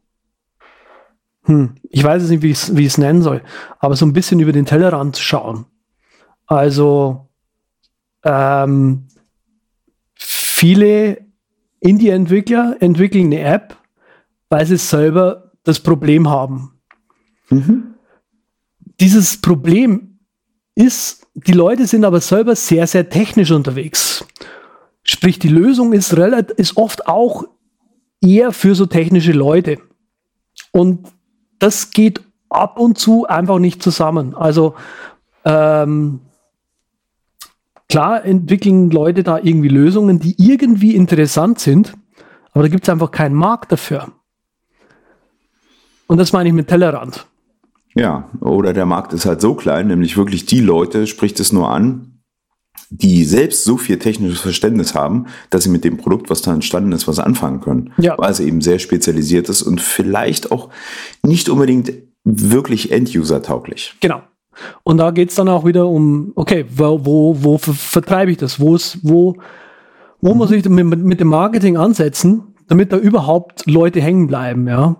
Speaker 3: ich weiß es nicht, wie ich es nennen soll, aber so ein bisschen über den Tellerrand schauen. Also viele Indie-Entwickler entwickeln eine App, weil sie selber das Problem haben. Dieses Problem ist, die Leute sind aber selber sehr, sehr technisch unterwegs. Sprich, die Lösung ist oft auch eher für so technische Leute. Und das geht ab und zu einfach nicht zusammen. Also klar entwickeln Leute da irgendwie Lösungen, die irgendwie interessant sind, aber da gibt es einfach keinen Markt dafür. Und das meine ich mit Tellerrand.
Speaker 1: Ja, oder der Markt ist halt so klein, nämlich wirklich die Leute, spricht es nur an, die selbst so viel technisches Verständnis haben, dass sie mit dem Produkt, was da entstanden ist, was anfangen können. Ja. Weil es eben sehr spezialisiert ist und vielleicht auch nicht unbedingt wirklich End-User-tauglich.
Speaker 3: Genau. Und da geht es dann auch wieder um, okay, wo vertreibe ich das? Wo muss ich mit dem Marketing ansetzen, damit da überhaupt Leute hängen bleiben, ja?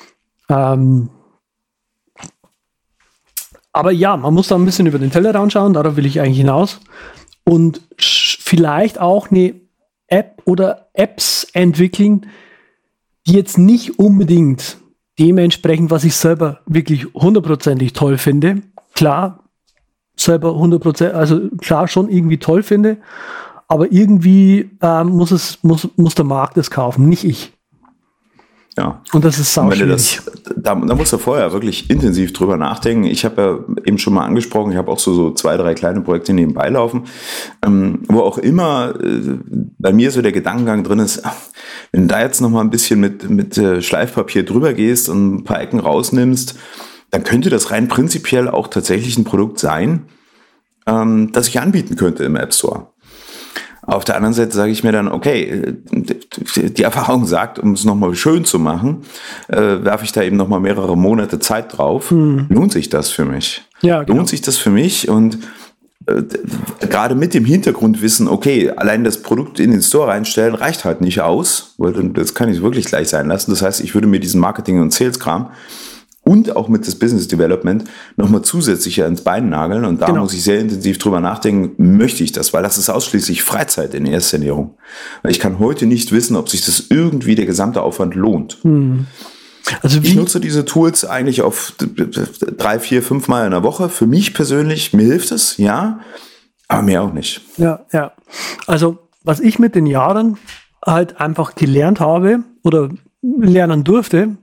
Speaker 3: Aber ja, man muss da ein bisschen über den Tellerrand schauen, darauf will ich eigentlich hinaus. Und vielleicht auch eine App oder Apps entwickeln, die jetzt nicht unbedingt dementsprechend, was ich selber wirklich 100%ig toll finde. Klar, selber 100%, also klar schon irgendwie toll finde, aber irgendwie muss der Markt es kaufen, nicht ich.
Speaker 1: Ja.
Speaker 3: Und das ist sauschwierig.
Speaker 1: Da musst du vorher wirklich intensiv drüber nachdenken. Ich habe ja eben schon mal angesprochen, ich habe auch so 2, 3 kleine Projekte nebenbei laufen, wo auch immer bei mir so der Gedankengang drin ist, wenn du da jetzt noch mal ein bisschen mit Schleifpapier drüber gehst und ein paar Ecken rausnimmst, dann könnte das rein prinzipiell auch tatsächlich ein Produkt sein, das ich anbieten könnte im App Store. Auf der anderen Seite sage ich mir dann, okay, die Erfahrung sagt, um es nochmal schön zu machen, werfe ich da eben nochmal mehrere Monate Zeit drauf. Lohnt sich das für mich? Ja, genau. Lohnt sich das für mich? Und gerade mit dem Hintergrundwissen, okay, allein das Produkt in den Store reinstellen reicht halt nicht aus, weil das kann ich wirklich gleich sein lassen. Das heißt, ich würde mir diesen Marketing- und Sales-Kram und auch mit das Business Development nochmal zusätzlich ins Bein nageln. Und da muss ich sehr intensiv drüber nachdenken, möchte ich das? Weil das ist ausschließlich Freizeit in erster Ernährung. Weil ich kann heute nicht wissen, ob sich das irgendwie der gesamte Aufwand lohnt.
Speaker 3: Also
Speaker 1: ich nutze diese Tools eigentlich auf 3, 4, 5 Mal in der Woche. Für mich persönlich, mir hilft es, ja, aber mir auch nicht.
Speaker 3: Ja. Also was ich mit den Jahren halt einfach gelernt habe oder lernen durfte,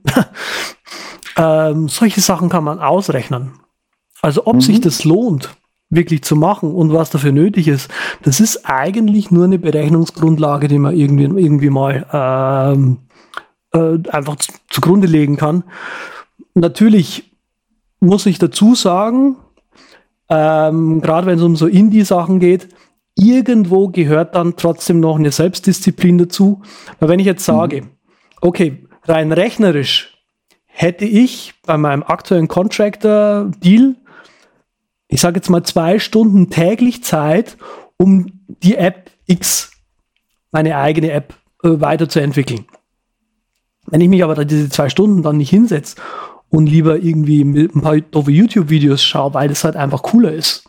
Speaker 3: solche Sachen kann man ausrechnen. Also ob sich das lohnt, wirklich zu machen und was dafür nötig ist, das ist eigentlich nur eine Berechnungsgrundlage, die man irgendwie mal einfach zugrunde legen kann. Natürlich muss ich dazu sagen, gerade wenn es um so Indie-Sachen geht, irgendwo gehört dann trotzdem noch eine Selbstdisziplin dazu. Weil wenn ich jetzt sage, okay, rein rechnerisch hätte ich bei meinem aktuellen Contractor-Deal, ich sage jetzt mal 2 Stunden täglich Zeit, um die App X, meine eigene App, weiterzuentwickeln. Wenn ich mich aber diese 2 Stunden dann nicht hinsetze und lieber irgendwie mit ein paar doofe YouTube-Videos schaue, weil das halt einfach cooler ist,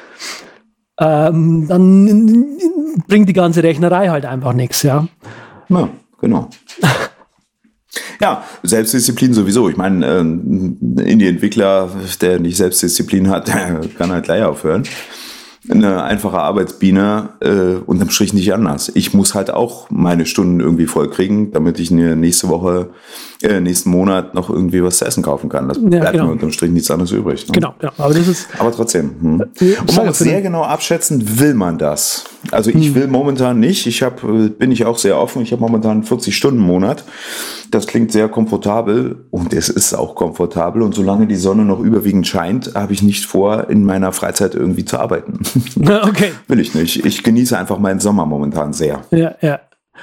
Speaker 3: dann bringt die ganze Rechnerei halt einfach nichts, ja.
Speaker 1: Ja, genau. Ja, Selbstdisziplin sowieso. Ich meine, ein Indie-Entwickler, der nicht Selbstdisziplin hat, der kann halt gleich aufhören. Eine einfache Arbeitsbiene, unterm Strich nicht anders. Ich muss halt auch meine Stunden irgendwie voll kriegen, damit ich mir nächsten Monat noch irgendwie was zu essen kaufen kann. Das bleibt mir unterm Strich nichts anderes übrig. Ne?
Speaker 3: Genau, ja, aber trotzdem.
Speaker 1: Und man muss sehr genau abschätzen, will man das? Also ich will momentan nicht. Bin ich auch sehr offen. Ich habe momentan einen 40-Stunden-Monat. Das klingt sehr komfortabel und es ist auch komfortabel. Und solange die Sonne noch überwiegend scheint, habe ich nicht vor, in meiner Freizeit irgendwie zu arbeiten.
Speaker 3: Okay.
Speaker 1: Will ich nicht. Ich genieße einfach meinen Sommer momentan sehr.
Speaker 3: Ja.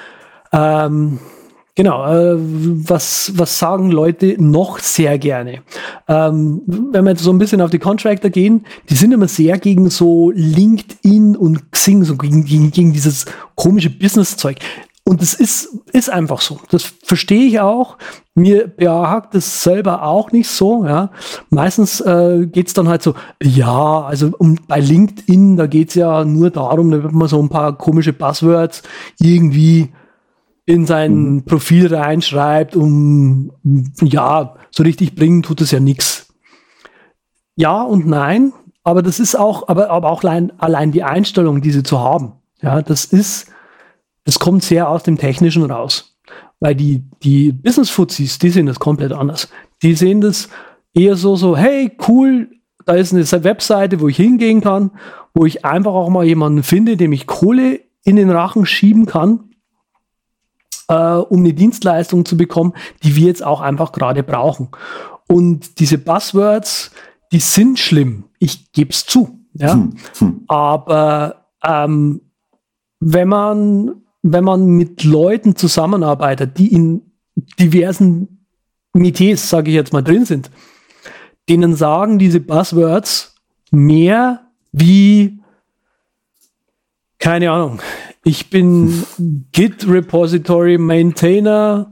Speaker 3: Genau. Was sagen Leute noch sehr gerne? Wenn wir jetzt so ein bisschen auf die Contractor gehen, die sind immer sehr gegen so LinkedIn und Xing, so gegen dieses komische Business-Zeug. Und das ist einfach so. Das verstehe ich auch. Mir behagt das selber auch nicht so. Ja. Meistens geht's dann halt so, ja, also bei LinkedIn, da geht's ja nur darum, da wird man so ein paar komische Buzzwords irgendwie in sein Profil reinschreibt, ja, so richtig bringen tut es ja nix. Ja und nein, aber das ist auch, aber auch allein die Einstellung, diese zu haben. Ja, das kommt sehr aus dem Technischen raus. Weil die Business-Fuzis, die sehen das komplett anders. Die sehen das eher so, hey, cool, da ist eine Webseite, wo ich hingehen kann, wo ich einfach auch mal jemanden finde, dem ich Kohle in den Rachen schieben kann, um eine Dienstleistung zu bekommen, die wir jetzt auch einfach gerade brauchen. Und diese Buzzwords, die sind schlimm. Ich gebe es zu. Ja? Aber wenn man mit Leuten zusammenarbeitet, die in diversen Metiers, sage ich jetzt mal, drin sind, denen sagen diese Buzzwords mehr wie, keine Ahnung, ich bin Git Repository Maintainer.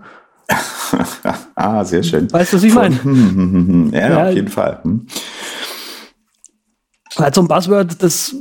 Speaker 1: Sehr schön.
Speaker 3: Weißt du, was ich meine?
Speaker 1: Ja, auf jeden Fall.
Speaker 3: Also ein Buzzword, das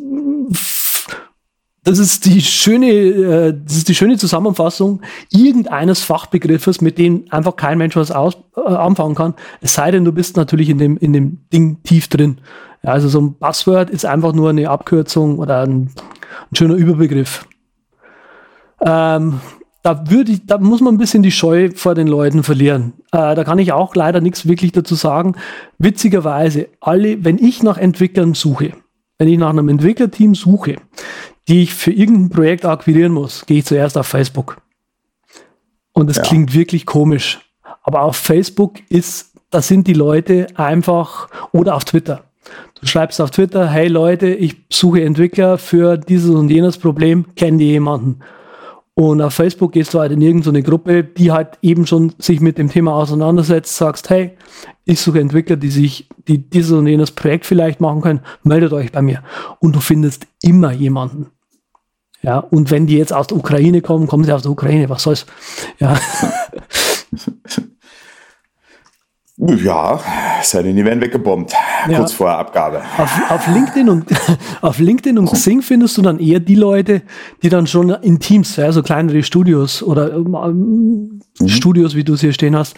Speaker 3: ist die schöne Zusammenfassung irgendeines Fachbegriffes, mit dem einfach kein Mensch was anfangen kann. Es sei denn, du bist natürlich in dem Ding tief drin. Ja, also so ein Buzzword ist einfach nur eine Abkürzung oder ein schöner Überbegriff. Da muss man ein bisschen die Scheu vor den Leuten verlieren. Da kann ich auch leider nichts wirklich dazu sagen. Witzigerweise, wenn ich nach Entwicklern suche, wenn ich nach einem Entwicklerteam suche, die ich für irgendein Projekt akquirieren muss, gehe ich zuerst auf Facebook. Und das klingt wirklich komisch. Aber auf Facebook da sind die Leute einfach, oder auf Twitter. Du schreibst auf Twitter, hey Leute, ich suche Entwickler für dieses und jenes Problem, kennt ihr jemanden? Und auf Facebook gehst du halt in irgendeine Gruppe, die halt eben schon sich mit dem Thema auseinandersetzt, sagst, hey, ich suche Entwickler, die dieses und jenes Projekt vielleicht machen können, meldet euch bei mir. Und du findest immer jemanden. Ja, und wenn die jetzt aus der Ukraine kommen, kommen sie aus der Ukraine, was soll's? Ja.
Speaker 1: Ja, sei denn, die werden weggebombt, kurz vor Abgabe.
Speaker 3: Auf LinkedIn und Xing findest du dann eher die Leute, die dann schon in Teams, so kleinere Studios oder Studios, wie du es hier stehen hast,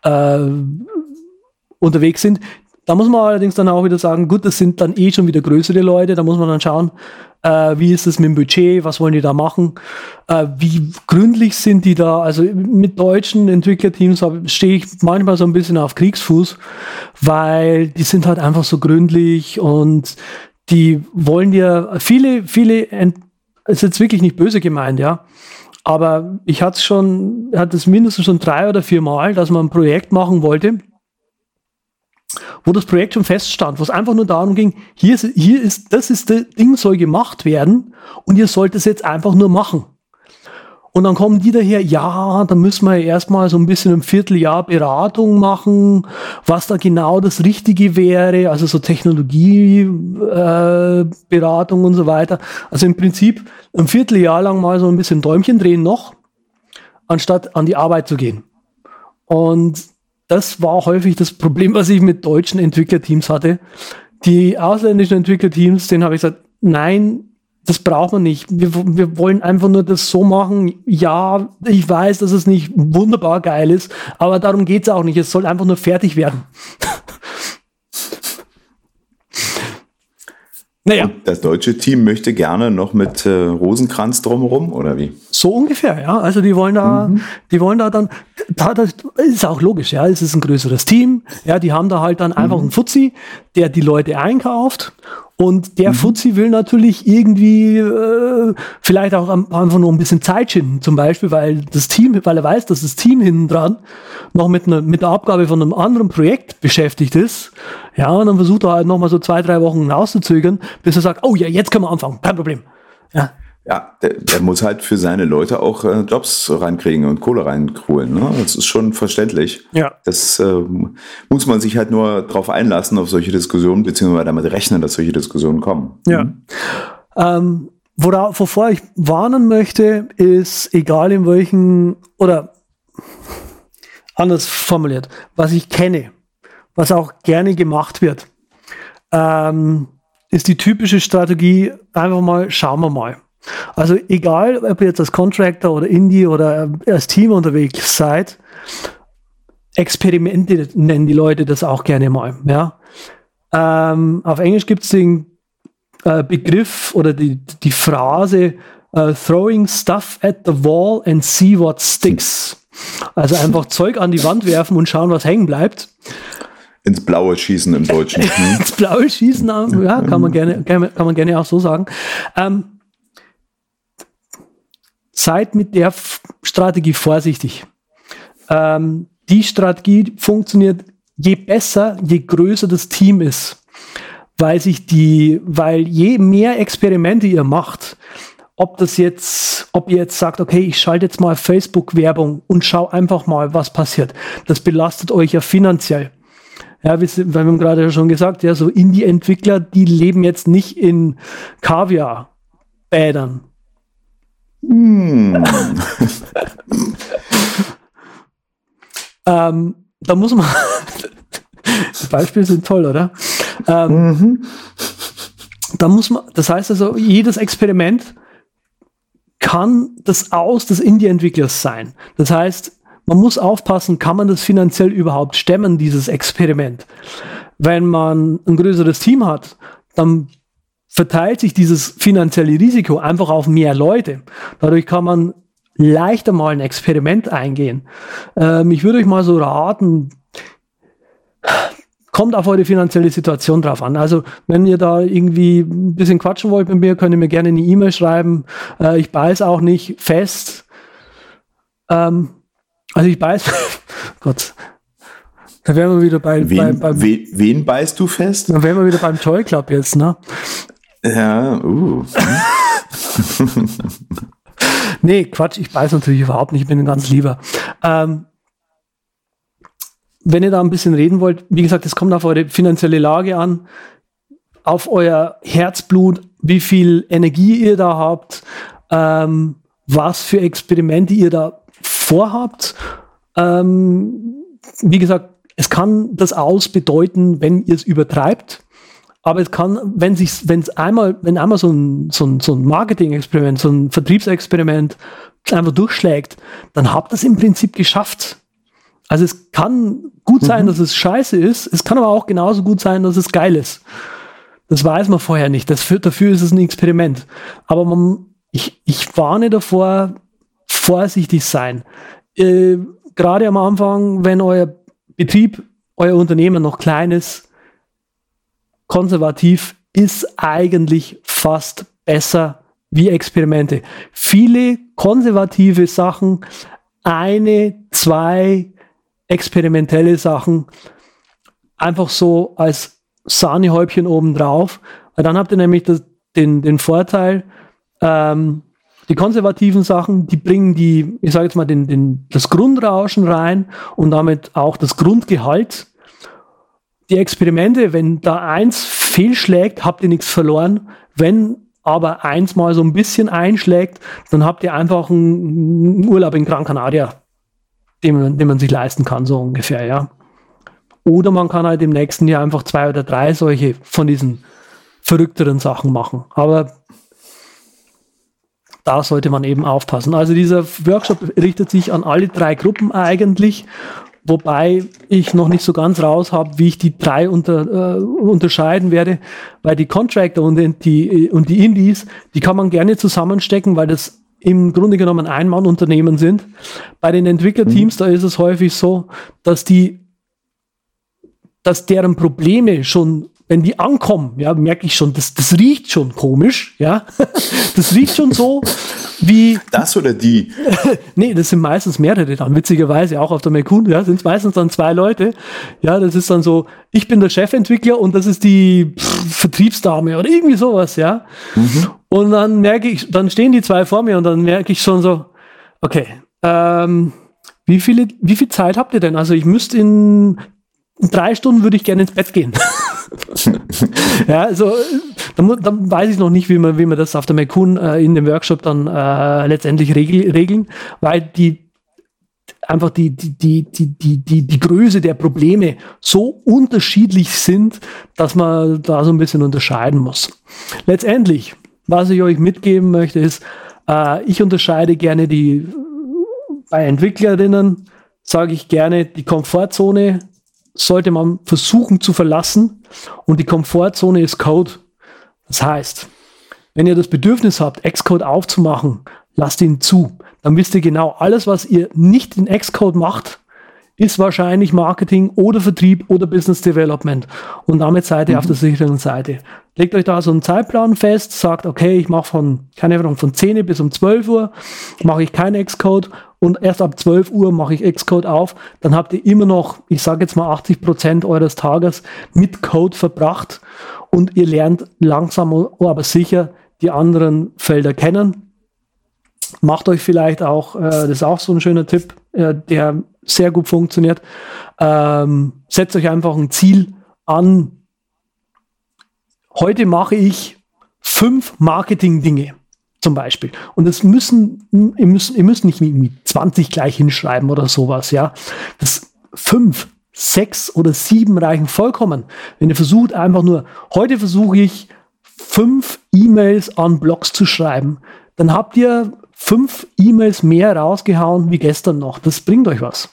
Speaker 3: unterwegs sind. Da muss man allerdings dann auch wieder sagen, gut, das sind dann schon wieder größere Leute, da muss man dann schauen, wie ist es mit dem Budget, was wollen die da machen, wie gründlich sind die da, also mit deutschen Entwicklerteams stehe ich manchmal so ein bisschen auf Kriegsfuß, weil die sind halt einfach so gründlich und die wollen dir viele, ist jetzt wirklich nicht böse gemeint, ja, aber ich hatte es mindestens schon 3 oder 4 Mal, dass man ein Projekt machen wollte, wo das Projekt schon feststand, wo es einfach nur darum ging, das Ding soll gemacht werden und ihr sollt es jetzt einfach nur machen. Und dann kommen die daher, ja, da müssen wir erstmal so ein bisschen im Vierteljahr Beratung machen, was da genau das Richtige wäre, also so Technologieberatung und so weiter. Also im Prinzip ein Vierteljahr lang mal so ein bisschen Däumchen drehen noch, anstatt an die Arbeit zu gehen. Und das war häufig das Problem, was ich mit deutschen Entwicklerteams hatte. Die ausländischen Entwicklerteams, denen habe ich gesagt, nein, das braucht man nicht. Wir wollen einfach nur das so machen. Ja, ich weiß, dass es nicht wunderbar geil ist, aber darum geht es auch nicht. Es soll einfach nur fertig werden. Naja.
Speaker 1: Und das deutsche Team möchte gerne noch mit Rosenkranz drumherum, oder wie?
Speaker 3: So ungefähr, ja. Also die wollen da dann, das ist auch logisch, ja. Es ist ein größeres Team, ja. Die haben da halt dann einfach einen Fuzzi, der die Leute einkauft. Und der Fuzzi will natürlich irgendwie vielleicht auch einfach nur ein bisschen Zeit schinden, zum Beispiel, weil er weiß, dass das Team hinten dran noch mit der Abgabe von einem anderen Projekt beschäftigt ist. Ja, und dann versucht er halt nochmal so 2-3 Wochen hinauszuzögern, bis er sagt, oh ja, jetzt können wir anfangen, kein Problem. Ja.
Speaker 1: Ja, der muss halt für seine Leute auch Jobs reinkriegen und Kohle reinholen. Ne? Das ist schon verständlich. Ja. Das muss man sich halt nur drauf einlassen, auf solche Diskussionen, beziehungsweise damit rechnen, dass solche Diskussionen kommen.
Speaker 3: Ja. Wovor ich warnen möchte, ist, egal in welchen, oder anders formuliert, was ich kenne, was auch gerne gemacht wird, ist die typische Strategie, einfach mal, schauen wir mal. Also egal, ob ihr jetzt als Contractor oder Indie oder als Team unterwegs seid, Experimente nennen die Leute das auch gerne mal. Ja? Auf Englisch gibt es den Begriff oder die Phrase throwing stuff at the wall and see what sticks. Also einfach Zeug an die Wand werfen und schauen, was hängen bleibt.
Speaker 1: Ins Blaue schießen im Deutschen.
Speaker 3: Ins Blaue schießen, ja, kann man gerne auch so sagen. Seid mit der Strategie vorsichtig. Die Strategie funktioniert je besser, je größer das Team ist. Weil je mehr Experimente ihr macht, ob ihr jetzt sagt, okay, ich schalte jetzt mal Facebook-Werbung und schau einfach mal, was passiert. Das belastet euch ja finanziell. Ja, wir haben gerade schon gesagt, ja, so Indie-Entwickler, die leben jetzt nicht in Kaviar-Bädern. Da muss man die Beispiele sind toll, oder? Da muss man, das heißt also, jedes Experiment kann das Aus des Indie-Entwicklers sein. Das heißt, man muss aufpassen, kann man das finanziell überhaupt stemmen, dieses Experiment? Wenn man ein größeres Team hat, dann verteilt sich dieses finanzielle Risiko einfach auf mehr Leute. Dadurch kann man leichter mal ein Experiment eingehen. Ich würde euch mal so raten, kommt auf eure finanzielle Situation drauf an. Also wenn ihr da irgendwie ein bisschen quatschen wollt mit mir, könnt ihr mir gerne eine E-Mail schreiben. Ich beiß auch nicht fest. Also ich beiß, Gott, da wären wir wieder
Speaker 1: wen beißt du fest?
Speaker 3: Dann wären wir wieder beim Toy Club jetzt, ne?
Speaker 1: Ja,
Speaker 3: Nee, Quatsch, ich beiß natürlich überhaupt nicht, ich bin ein ganz lieber. Wenn ihr da ein bisschen reden wollt, wie gesagt, es kommt auf eure finanzielle Lage an, auf euer Herzblut, wie viel Energie ihr da habt, was für Experimente ihr da vorhabt. Wie gesagt, es kann das Aus bedeuten, wenn ihr es übertreibt. Aber es kann, wenn einmal so ein Marketing-Experiment, so ein Vertriebsexperiment einfach durchschlägt, dann habt ihr es im Prinzip geschafft. Also es kann gut sein, dass es scheiße ist. Es kann aber auch genauso gut sein, dass es geil ist. Das weiß man vorher nicht. Dafür ist es ein Experiment. Aber ich warne davor, vorsichtig sein. Gerade am Anfang, wenn euer Betrieb, euer Unternehmen noch klein ist, konservativ ist eigentlich fast besser wie Experimente. Viele konservative Sachen, 1, 2 experimentelle Sachen, einfach so als Sahnehäubchen obendrauf. Weil dann habt ihr nämlich den Vorteil, die konservativen Sachen, die bringen ich sage jetzt mal, das Grundrauschen rein und damit auch das Grundgehalt. Die Experimente, wenn da eins fehlschlägt, habt ihr nichts verloren. Wenn aber eins mal so ein bisschen einschlägt, dann habt ihr einfach einen Urlaub in Gran Canaria, den man sich leisten kann, so ungefähr, ja. Oder man kann halt im nächsten Jahr einfach 2 oder 3 solche von diesen verrückteren Sachen machen. Aber da sollte man eben aufpassen. Also dieser Workshop richtet sich an alle 3 Gruppen eigentlich, wobei ich noch nicht so ganz raus habe, wie ich die 3 unterscheiden werde, weil die Contractor und die Indies, die kann man gerne zusammenstecken, weil das im Grunde genommen Ein-Mann-Unternehmen sind. Bei den Entwicklerteams, da ist es häufig so, dass deren Probleme schon, wenn die ankommen, ja, merke ich schon, das riecht schon komisch, ja. Das riecht schon so wie...
Speaker 1: Das oder die?
Speaker 3: Nee, das sind meistens mehrere dann, witzigerweise, auch auf der Mekun, ja, sind es meistens dann 2 Leute. Ja, das ist dann so, ich bin der Chefentwickler und das ist die Vertriebsdame oder irgendwie sowas, ja. Und dann merke ich, dann stehen die 2 vor mir und dann merke ich schon so, okay, wie viel Zeit habt ihr denn? Also ich müsste in 3 Stunden würde ich gerne ins Bett gehen. Ja, also dann weiß ich noch nicht, wie wir das auf der Mekun in dem Workshop dann letztendlich regeln, weil die Größe der Probleme so unterschiedlich sind, dass man da so ein bisschen unterscheiden muss. Letztendlich, was ich euch mitgeben möchte, ist, ich unterscheide gerne bei Entwicklerinnen, sage ich gerne, die Komfortzone sollte man versuchen zu verlassen und die Komfortzone ist Code. Das heißt, wenn ihr das Bedürfnis habt, Xcode aufzumachen, lasst ihn zu. Dann wisst ihr genau, alles, was ihr nicht in Xcode macht, ist wahrscheinlich Marketing oder Vertrieb oder Business Development. Und damit seid ihr auf der sicheren Seite. Legt euch da so einen Zeitplan fest, sagt, okay, ich mache von 10 bis um 12 Uhr, mache ich kein Xcode und erst ab 12 Uhr mache ich Xcode auf. Dann habt ihr immer noch, ich sage jetzt mal 80% eures Tages mit Code verbracht und ihr lernt langsam, aber sicher die anderen Felder kennen. Macht euch vielleicht auch, das ist auch so ein schöner Tipp, der sehr gut funktioniert, setzt euch einfach ein Ziel an. Heute mache ich 5 Marketing-Dinge zum Beispiel. Und ihr müsst nicht mit 20 gleich hinschreiben oder sowas, ja. Das 5, 6 oder 7 reichen vollkommen. Wenn ihr versucht einfach nur, heute versuche ich 5 E-Mails an Blogs zu schreiben, dann habt ihr 5 E-Mails mehr rausgehauen wie gestern noch. Das bringt euch was.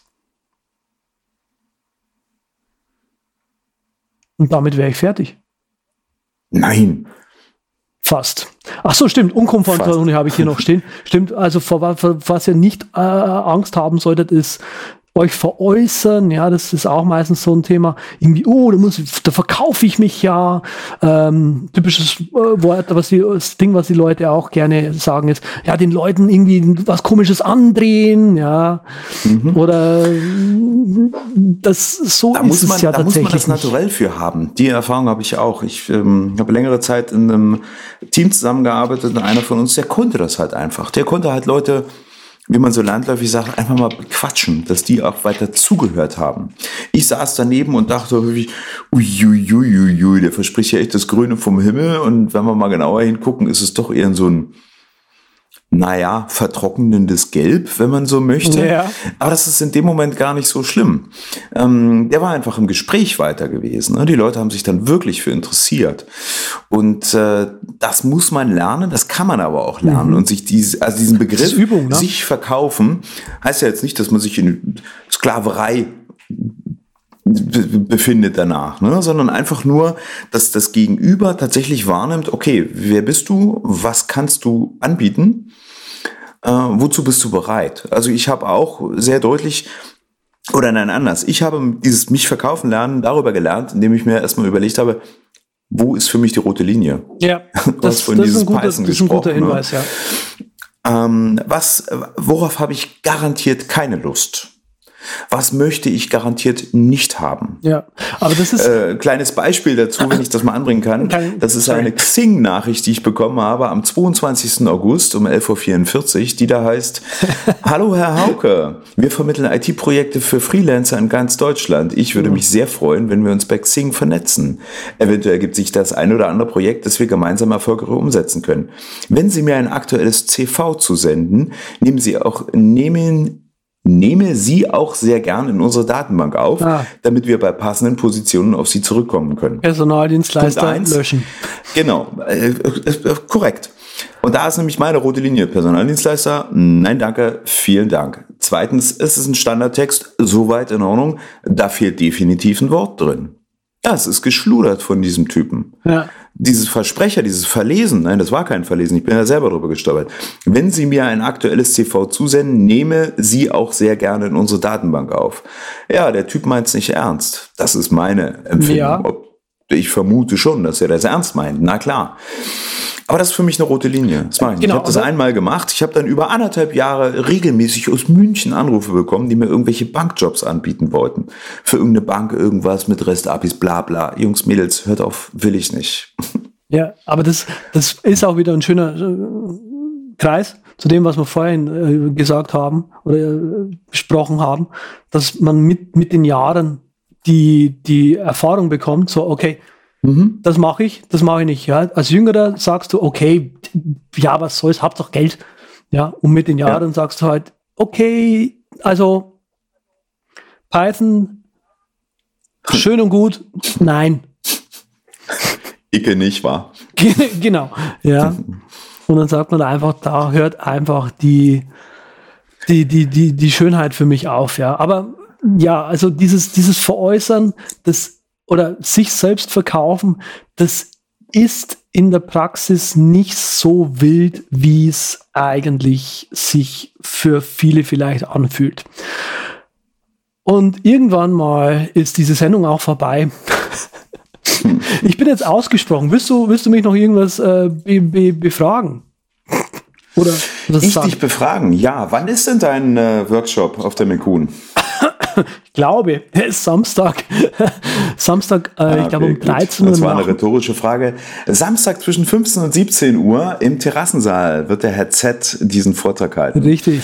Speaker 3: Und damit wäre ich fertig.
Speaker 1: Nein.
Speaker 3: Fast. Ach so, stimmt. Unkomfortzone habe ich hier noch stehen. Stimmt. Also vor was ihr nicht Angst haben solltet, ist euch veräußern. Ja, das ist auch meistens so ein Thema. Irgendwie, da verkaufe ich mich ja. Typisches Wort, das Ding, was die Leute auch gerne sagen, ist, ja, den Leuten irgendwie was Komisches andrehen, ja. Oder das so
Speaker 1: da
Speaker 3: ist es ja tatsächlich. Da muss man
Speaker 1: das naturell für haben. Die Erfahrung habe ich auch. Ich habe längere Zeit in einem Team zusammengearbeitet und einer von uns, der konnte das halt einfach. Der konnte halt Leute, wie man so landläufig sagt, einfach mal bequatschen, dass die auch weiter zugehört haben. Ich saß daneben und dachte, uiuiuiui, der verspricht ja echt das Grüne vom Himmel und wenn wir mal genauer hingucken, ist es doch eher so ein vertrocknendes Gelb, wenn man so möchte.
Speaker 3: Ja.
Speaker 1: Aber das ist in dem Moment gar nicht so schlimm. Der war einfach im Gespräch weiter gewesen. Ne? Die Leute haben sich dann wirklich für interessiert. Und das muss man lernen, das kann man aber auch lernen. Und sich diesen Begriff
Speaker 3: Übung, ne?
Speaker 1: sich verkaufen, heißt ja jetzt nicht, dass man sich in Sklaverei befindet danach, ne? Sondern einfach nur, dass das Gegenüber tatsächlich wahrnimmt, okay, wer bist du, was kannst du anbieten, wozu bist du bereit? Also ich habe auch sehr deutlich, ich habe dieses mich verkaufen lernen darüber gelernt, indem ich mir erstmal überlegt habe, wo ist für mich die rote Linie?
Speaker 3: Ja, das ist ein guter Hinweis,
Speaker 1: ne? Worauf habe ich garantiert keine Lust? Was möchte ich garantiert nicht haben?
Speaker 3: Ja, aber das ist...
Speaker 1: kleines Beispiel dazu, wenn ich das mal anbringen kann. Das ist eine Xing-Nachricht, die ich bekommen habe am 22. August um 11.44 Uhr, die da heißt: Hallo Herr Hauke, wir vermitteln IT-Projekte für Freelancer in ganz Deutschland. Ich würde mich sehr freuen, wenn wir uns bei Xing vernetzen. Eventuell ergibt sich das ein oder andere Projekt, das wir gemeinsam erfolgreich umsetzen können. Wenn Sie mir ein aktuelles CV zusenden, nehme sie auch sehr gern in unsere Datenbank auf, damit wir bei passenden Positionen auf sie zurückkommen können.
Speaker 3: Personaldienstleister löschen.
Speaker 1: Genau, korrekt. Und da ist nämlich meine rote Linie. Personaldienstleister, nein danke, vielen Dank. Zweitens, es ist ein Standardtext, soweit in Ordnung, da fehlt definitiv ein Wort drin. Ja, es ist geschludert von diesem Typen. Ja. Dieses Versprecher, dieses Verlesen, nein, das war kein Verlesen, ich bin ja selber drüber gestolpert. Wenn Sie mir ein aktuelles CV zusenden, nehme Sie auch sehr gerne in unsere Datenbank auf. Ja, der Typ meint es nicht ernst. Das ist meine Empfindung. Ja. Ich vermute schon, dass er das ernst meint, na klar. Aber das ist für mich eine rote Linie. Das mache ich nicht. Genau, ich habe das einmal gemacht. Ich habe dann über 1,5 Jahre regelmäßig aus München Anrufe bekommen, die mir irgendwelche Bankjobs anbieten wollten. Für irgendeine Bank irgendwas mit REST-APIs, bla bla. Jungs, Mädels, hört auf, will ich nicht.
Speaker 3: Ja, aber das ist auch wieder ein schöner Kreis zu dem, was wir vorhin gesagt haben oder besprochen haben, dass man mit den Jahren die Erfahrung bekommt, so okay, das mache ich nicht. Ja. Als Jüngerer sagst du, okay, ja, was soll's, hab doch Geld. Ja, und mit den Jahren sagst du halt, okay, also Python, schön und gut, nein.
Speaker 1: Icke nicht, wahr?
Speaker 3: Genau, ja. Und dann sagt man einfach, da hört einfach die Schönheit für mich auf, ja. Aber ja, also dieses Veräußern, oder sich selbst verkaufen, das ist in der Praxis nicht so wild, wie es eigentlich sich für viele vielleicht anfühlt. Und irgendwann mal ist diese Sendung auch vorbei. Ich bin jetzt ausgesprochen. Willst du mich noch irgendwas befragen? Oder
Speaker 1: ich dich befragen? Ja. Wann ist denn dein Workshop auf der Mekun?
Speaker 3: Ich glaube, es ist Samstag. Ich glaube um 13 Uhr.
Speaker 1: Das war eine rhetorische Frage. Samstag zwischen 15 und 17 Uhr im Terrassensaal wird der Herr Z diesen Vortrag halten.
Speaker 3: Richtig.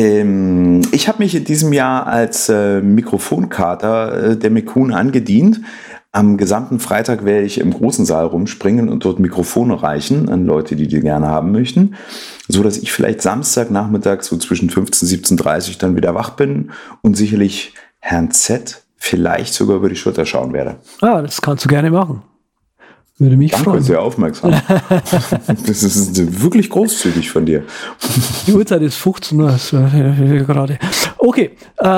Speaker 1: Ich habe mich in diesem Jahr als Mikrofonkater der Mekun angedient. Am gesamten Freitag werde ich im großen Saal rumspringen und dort Mikrofone reichen an Leute, die gerne haben möchten, so dass ich vielleicht Samstagnachmittag so zwischen 15 und 17:30 Uhr dann wieder wach bin und sicherlich Herrn Z vielleicht sogar über die Schulter schauen werde.
Speaker 3: Ah, das kannst du gerne machen. Würde mich freuen.
Speaker 1: Danke, sehr aufmerksam. Das ist wirklich großzügig von dir.
Speaker 3: Die Uhrzeit ist 15 Uhr gerade. Okay,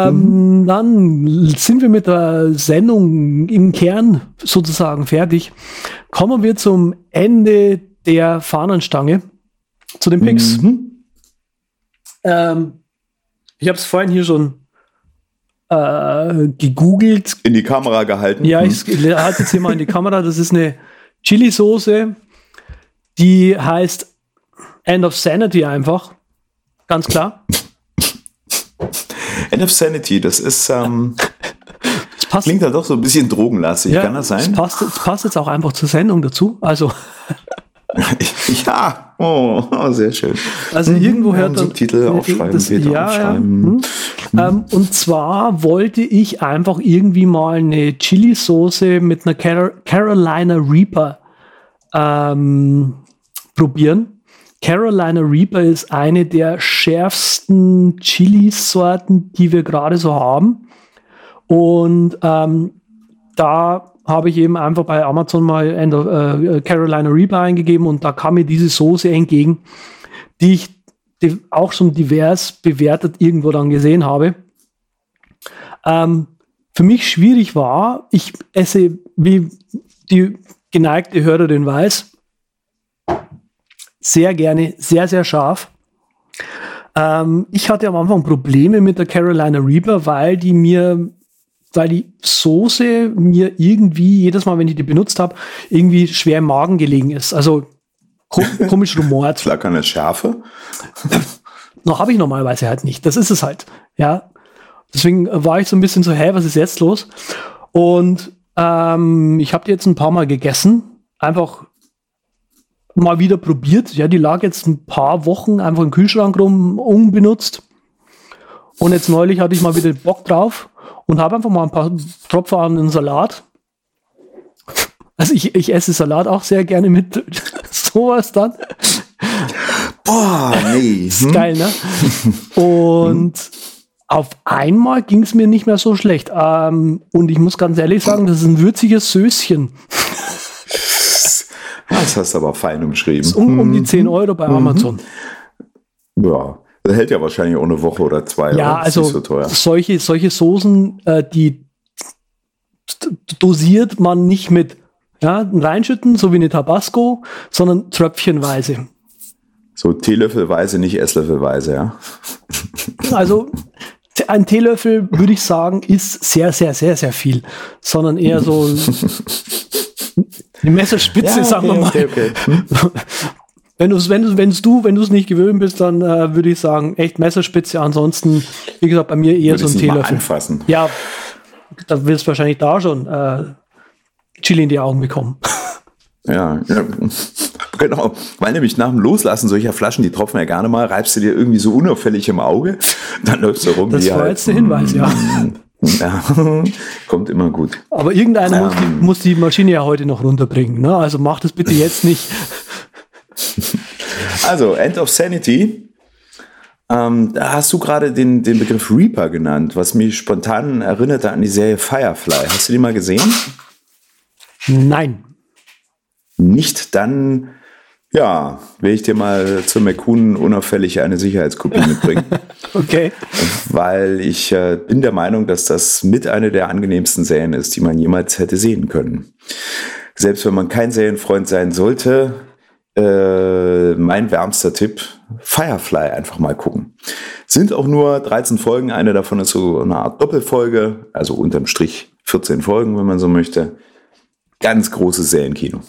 Speaker 3: dann sind wir mit der Sendung im Kern sozusagen fertig. Kommen wir zum Ende der Fahnenstange, zu den Picks. Ich habe es vorhin hier schon gegoogelt.
Speaker 1: In die Kamera gehalten.
Speaker 3: Ja, ich halte jetzt hier mal in die Kamera. Das ist eine Chili-Soße, die heißt End of Sanity einfach. Ganz klar.
Speaker 1: End of Sanity, das ist klingt ja doch so ein bisschen drogenlastig. Ja, kann das sein?
Speaker 3: Es passt jetzt auch einfach zur Sendung dazu. Also
Speaker 1: ja, sehr schön.
Speaker 3: Also irgendwo hört dann
Speaker 1: Subtitel aufschreiben, aufschreiben.
Speaker 3: Ja. Und zwar wollte ich einfach irgendwie mal eine Chili-Soße mit einer Carolina Reaper probieren. Carolina Reaper ist eine der schärfsten Chili-Sorten, die wir gerade so haben. Und da habe ich eben einfach bei Amazon mal Carolina Reaper eingegeben und da kam mir diese Soße entgegen, die ich auch schon divers bewertet irgendwo dann gesehen habe. Für mich schwierig war, ich esse, wie die geneigte Hörerin weiß, sehr gerne, sehr, sehr scharf. Ich hatte am Anfang Probleme mit der Carolina Reaper, weil die Soße mir irgendwie, jedes Mal, wenn ich die benutzt habe, irgendwie schwer im Magen gelegen ist. Also komisch rumort.
Speaker 1: Lag an der Schärfe?
Speaker 3: Noch habe ich normalerweise halt nicht. Das ist es halt. Ja. Deswegen war ich so ein bisschen so, was ist jetzt los? Und ich habe die jetzt ein paar Mal gegessen. Einfach mal wieder probiert. Ja, die lag jetzt ein paar Wochen einfach im Kühlschrank rum, unbenutzt. Und jetzt neulich hatte ich mal wieder Bock drauf und habe einfach mal ein paar Tropfen an den Salat. Also ich esse Salat auch sehr gerne mit sowas dann.
Speaker 1: Boah, nee.
Speaker 3: Ist geil, ne? Und auf einmal ging es mir nicht mehr so schlecht. Und ich muss ganz ehrlich sagen, das ist ein würziges Söschen.
Speaker 1: Das hast du aber fein umschrieben.
Speaker 3: Ist um die 10 Euro bei Amazon.
Speaker 1: Ja, das hält ja wahrscheinlich auch eine Woche oder zwei.
Speaker 3: Ja,
Speaker 1: oder?
Speaker 3: also
Speaker 1: so teuer.
Speaker 3: solche Soßen, die dosiert man nicht mit reinschütten, so wie eine Tabasco, sondern tröpfchenweise.
Speaker 1: So teelöffelweise, nicht esslöffelweise, ja?
Speaker 3: Also ein Teelöffel, würde ich sagen, ist sehr, sehr, sehr, sehr viel, sondern eher so eine Messerspitze, sagen wir mal.
Speaker 1: Okay.
Speaker 3: Wenn du es nicht gewöhnt bist, dann würde ich sagen, echt Messerspitze. Ansonsten, wie gesagt, bei mir eher so ein Teelöffel.
Speaker 1: Mal anfassen.
Speaker 3: Ja, da wirst du wahrscheinlich da schon Chili in die Augen bekommen.
Speaker 1: Ja, genau. Weil nämlich nach dem Loslassen solcher Flaschen, die tropfen ja gerne mal, reibst du dir irgendwie so unauffällig im Auge, dann läufst du rum.
Speaker 3: Das war jetzt der Hinweis, ja.
Speaker 1: Ja, kommt immer gut.
Speaker 3: Aber irgendeiner muss die Maschine ja heute noch runterbringen. Ne? Also mach das bitte jetzt nicht.
Speaker 1: Also, End of Sanity. Da hast du gerade den Begriff Reaper genannt, was mich spontan erinnerte an die Serie Firefly. Hast du die mal gesehen?
Speaker 3: Nein.
Speaker 1: Nicht, dann will ich dir mal zur McCoon unauffällig eine Sicherheitskopie mitbringen.
Speaker 3: Okay.
Speaker 1: Weil ich bin der Meinung, dass das mit eine der angenehmsten Serien ist, die man jemals hätte sehen können. Selbst wenn man kein Serienfreund sein sollte, mein wärmster Tipp, Firefly einfach mal gucken. Sind auch nur 13 Folgen, eine davon ist so eine Art Doppelfolge, also unterm Strich 14 Folgen, wenn man so möchte. Ganz großes Serienkino.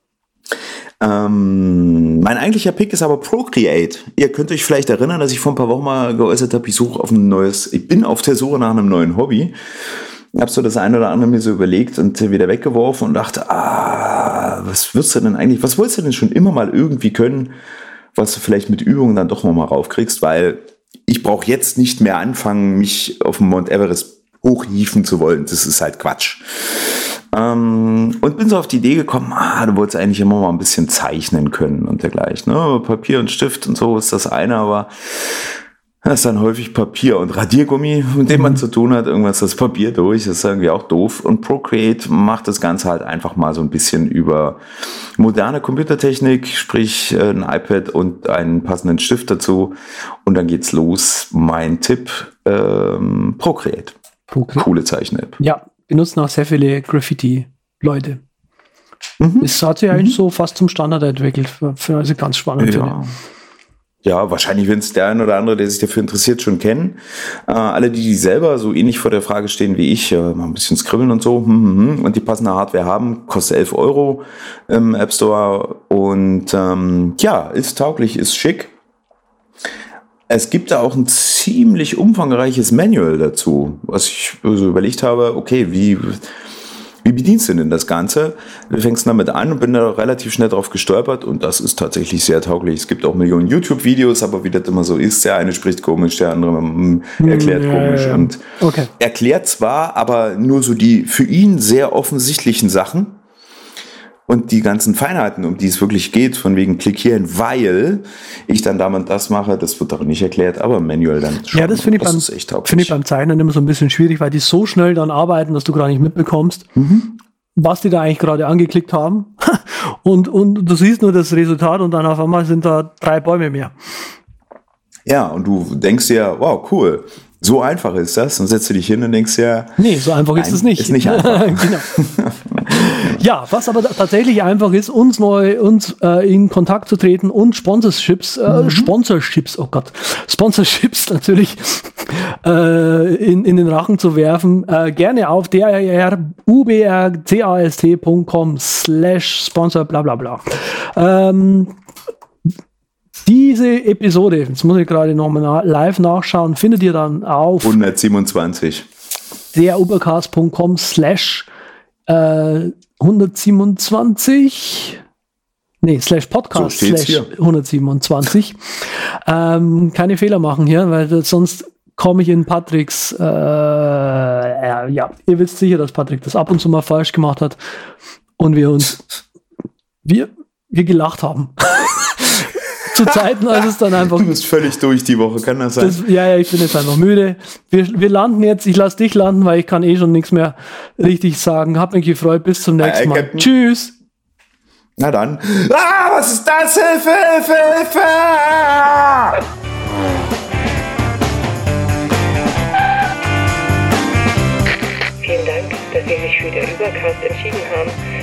Speaker 1: Mein eigentlicher Pick ist aber Procreate. Ihr könnt euch vielleicht erinnern, dass ich vor ein paar Wochen mal geäußert habe, ich bin auf der Suche nach einem neuen Hobby. Ich habe so das eine oder andere mir so überlegt und wieder weggeworfen und dachte, was wolltest du denn schon immer mal irgendwie können, was du vielleicht mit Übungen dann doch noch mal raufkriegst, weil ich brauche jetzt nicht mehr anfangen, mich auf den Mount Everest hochhieven zu wollen. Das ist halt Quatsch. Und bin so auf die Idee gekommen, du wolltest eigentlich immer mal ein bisschen zeichnen können und dergleichen. Ne? Papier und Stift und so ist das eine, aber das ist dann häufig Papier und Radiergummi, mit dem man zu tun hat. Irgendwas das Papier durch, das ist irgendwie auch doof. Und Procreate macht das Ganze halt einfach mal so ein bisschen über moderne Computertechnik, sprich ein iPad und einen passenden Stift dazu. Und dann geht's los. Mein Tipp, Procreate. Coole Zeichen-App.
Speaker 3: Ja, benutzen auch sehr viele Graffiti-Leute. Es hat sich eigentlich so fast zum Standard entwickelt. Also ganz spannend.
Speaker 1: Ja. Ja, wahrscheinlich, wenn es der ein oder andere, der sich dafür interessiert, schon kennen. Alle, die selber so ähnlich vor der Frage stehen wie ich, mal ein bisschen skribbeln und so, und die passende Hardware haben, kostet 11 Euro im App Store und ist tauglich, ist schick. Es gibt da auch ein ziemlich umfangreiches Manual dazu, was ich so überlegt habe, okay, wie bedienst du denn das Ganze? Du fängst damit an und bin da relativ schnell drauf gestolpert und das ist tatsächlich sehr tauglich. Es gibt auch Millionen YouTube-Videos, aber wie das immer so ist, der eine spricht komisch, der andere erklärt komisch und erklärt zwar, aber nur so die für ihn sehr offensichtlichen Sachen. und die ganzen Feinheiten, um die es wirklich geht, von wegen Klick hierhin, weil ich dann damit das mache, das wird doch nicht erklärt, aber manuell dann schon.
Speaker 3: Ja, das finde ich beim Zeichnen immer so ein bisschen schwierig, weil die so schnell dann arbeiten, dass du gar nicht mitbekommst, was die da eigentlich gerade angeklickt haben. und du siehst nur das Resultat und dann auf einmal sind da 3 Bäume mehr.
Speaker 1: Ja, und du denkst dir, wow, cool, so einfach ist das. Dann setzt du dich hin und denkst dir,
Speaker 3: nee, so einfach ist es nicht.
Speaker 1: Ist nicht einfach.
Speaker 3: Genau. Ja, was aber tatsächlich einfach ist, uns in Kontakt zu treten und Sponsorships natürlich in den Rachen zu werfen, gerne auf ubrcast.com/sponsor bla bla bla. Diese Episode, jetzt muss ich gerade nochmal live nachschauen, findet ihr dann auf
Speaker 1: 127.
Speaker 3: derubercast.com/127 /podcast /127. Keine Fehler machen hier, weil sonst komme ich in Patricks ja, ihr wisst sicher, dass Patrick das ab und zu mal falsch gemacht hat und wir gelacht haben. Zu Zeiten, als es dann einfach...
Speaker 1: Du bist völlig durch die Woche, kann das sein?
Speaker 3: Ja, ich bin jetzt einfach müde. Wir landen jetzt, ich lasse dich landen, weil ich kann schon nichts mehr richtig sagen. Hab mich gefreut, bis zum nächsten Mal.
Speaker 1: Captain.
Speaker 3: Tschüss.
Speaker 1: Na dann. Was ist das? Hilfe, Hilfe, Hilfe!
Speaker 2: Vielen Dank, dass Sie sich für der Übercast entschieden haben.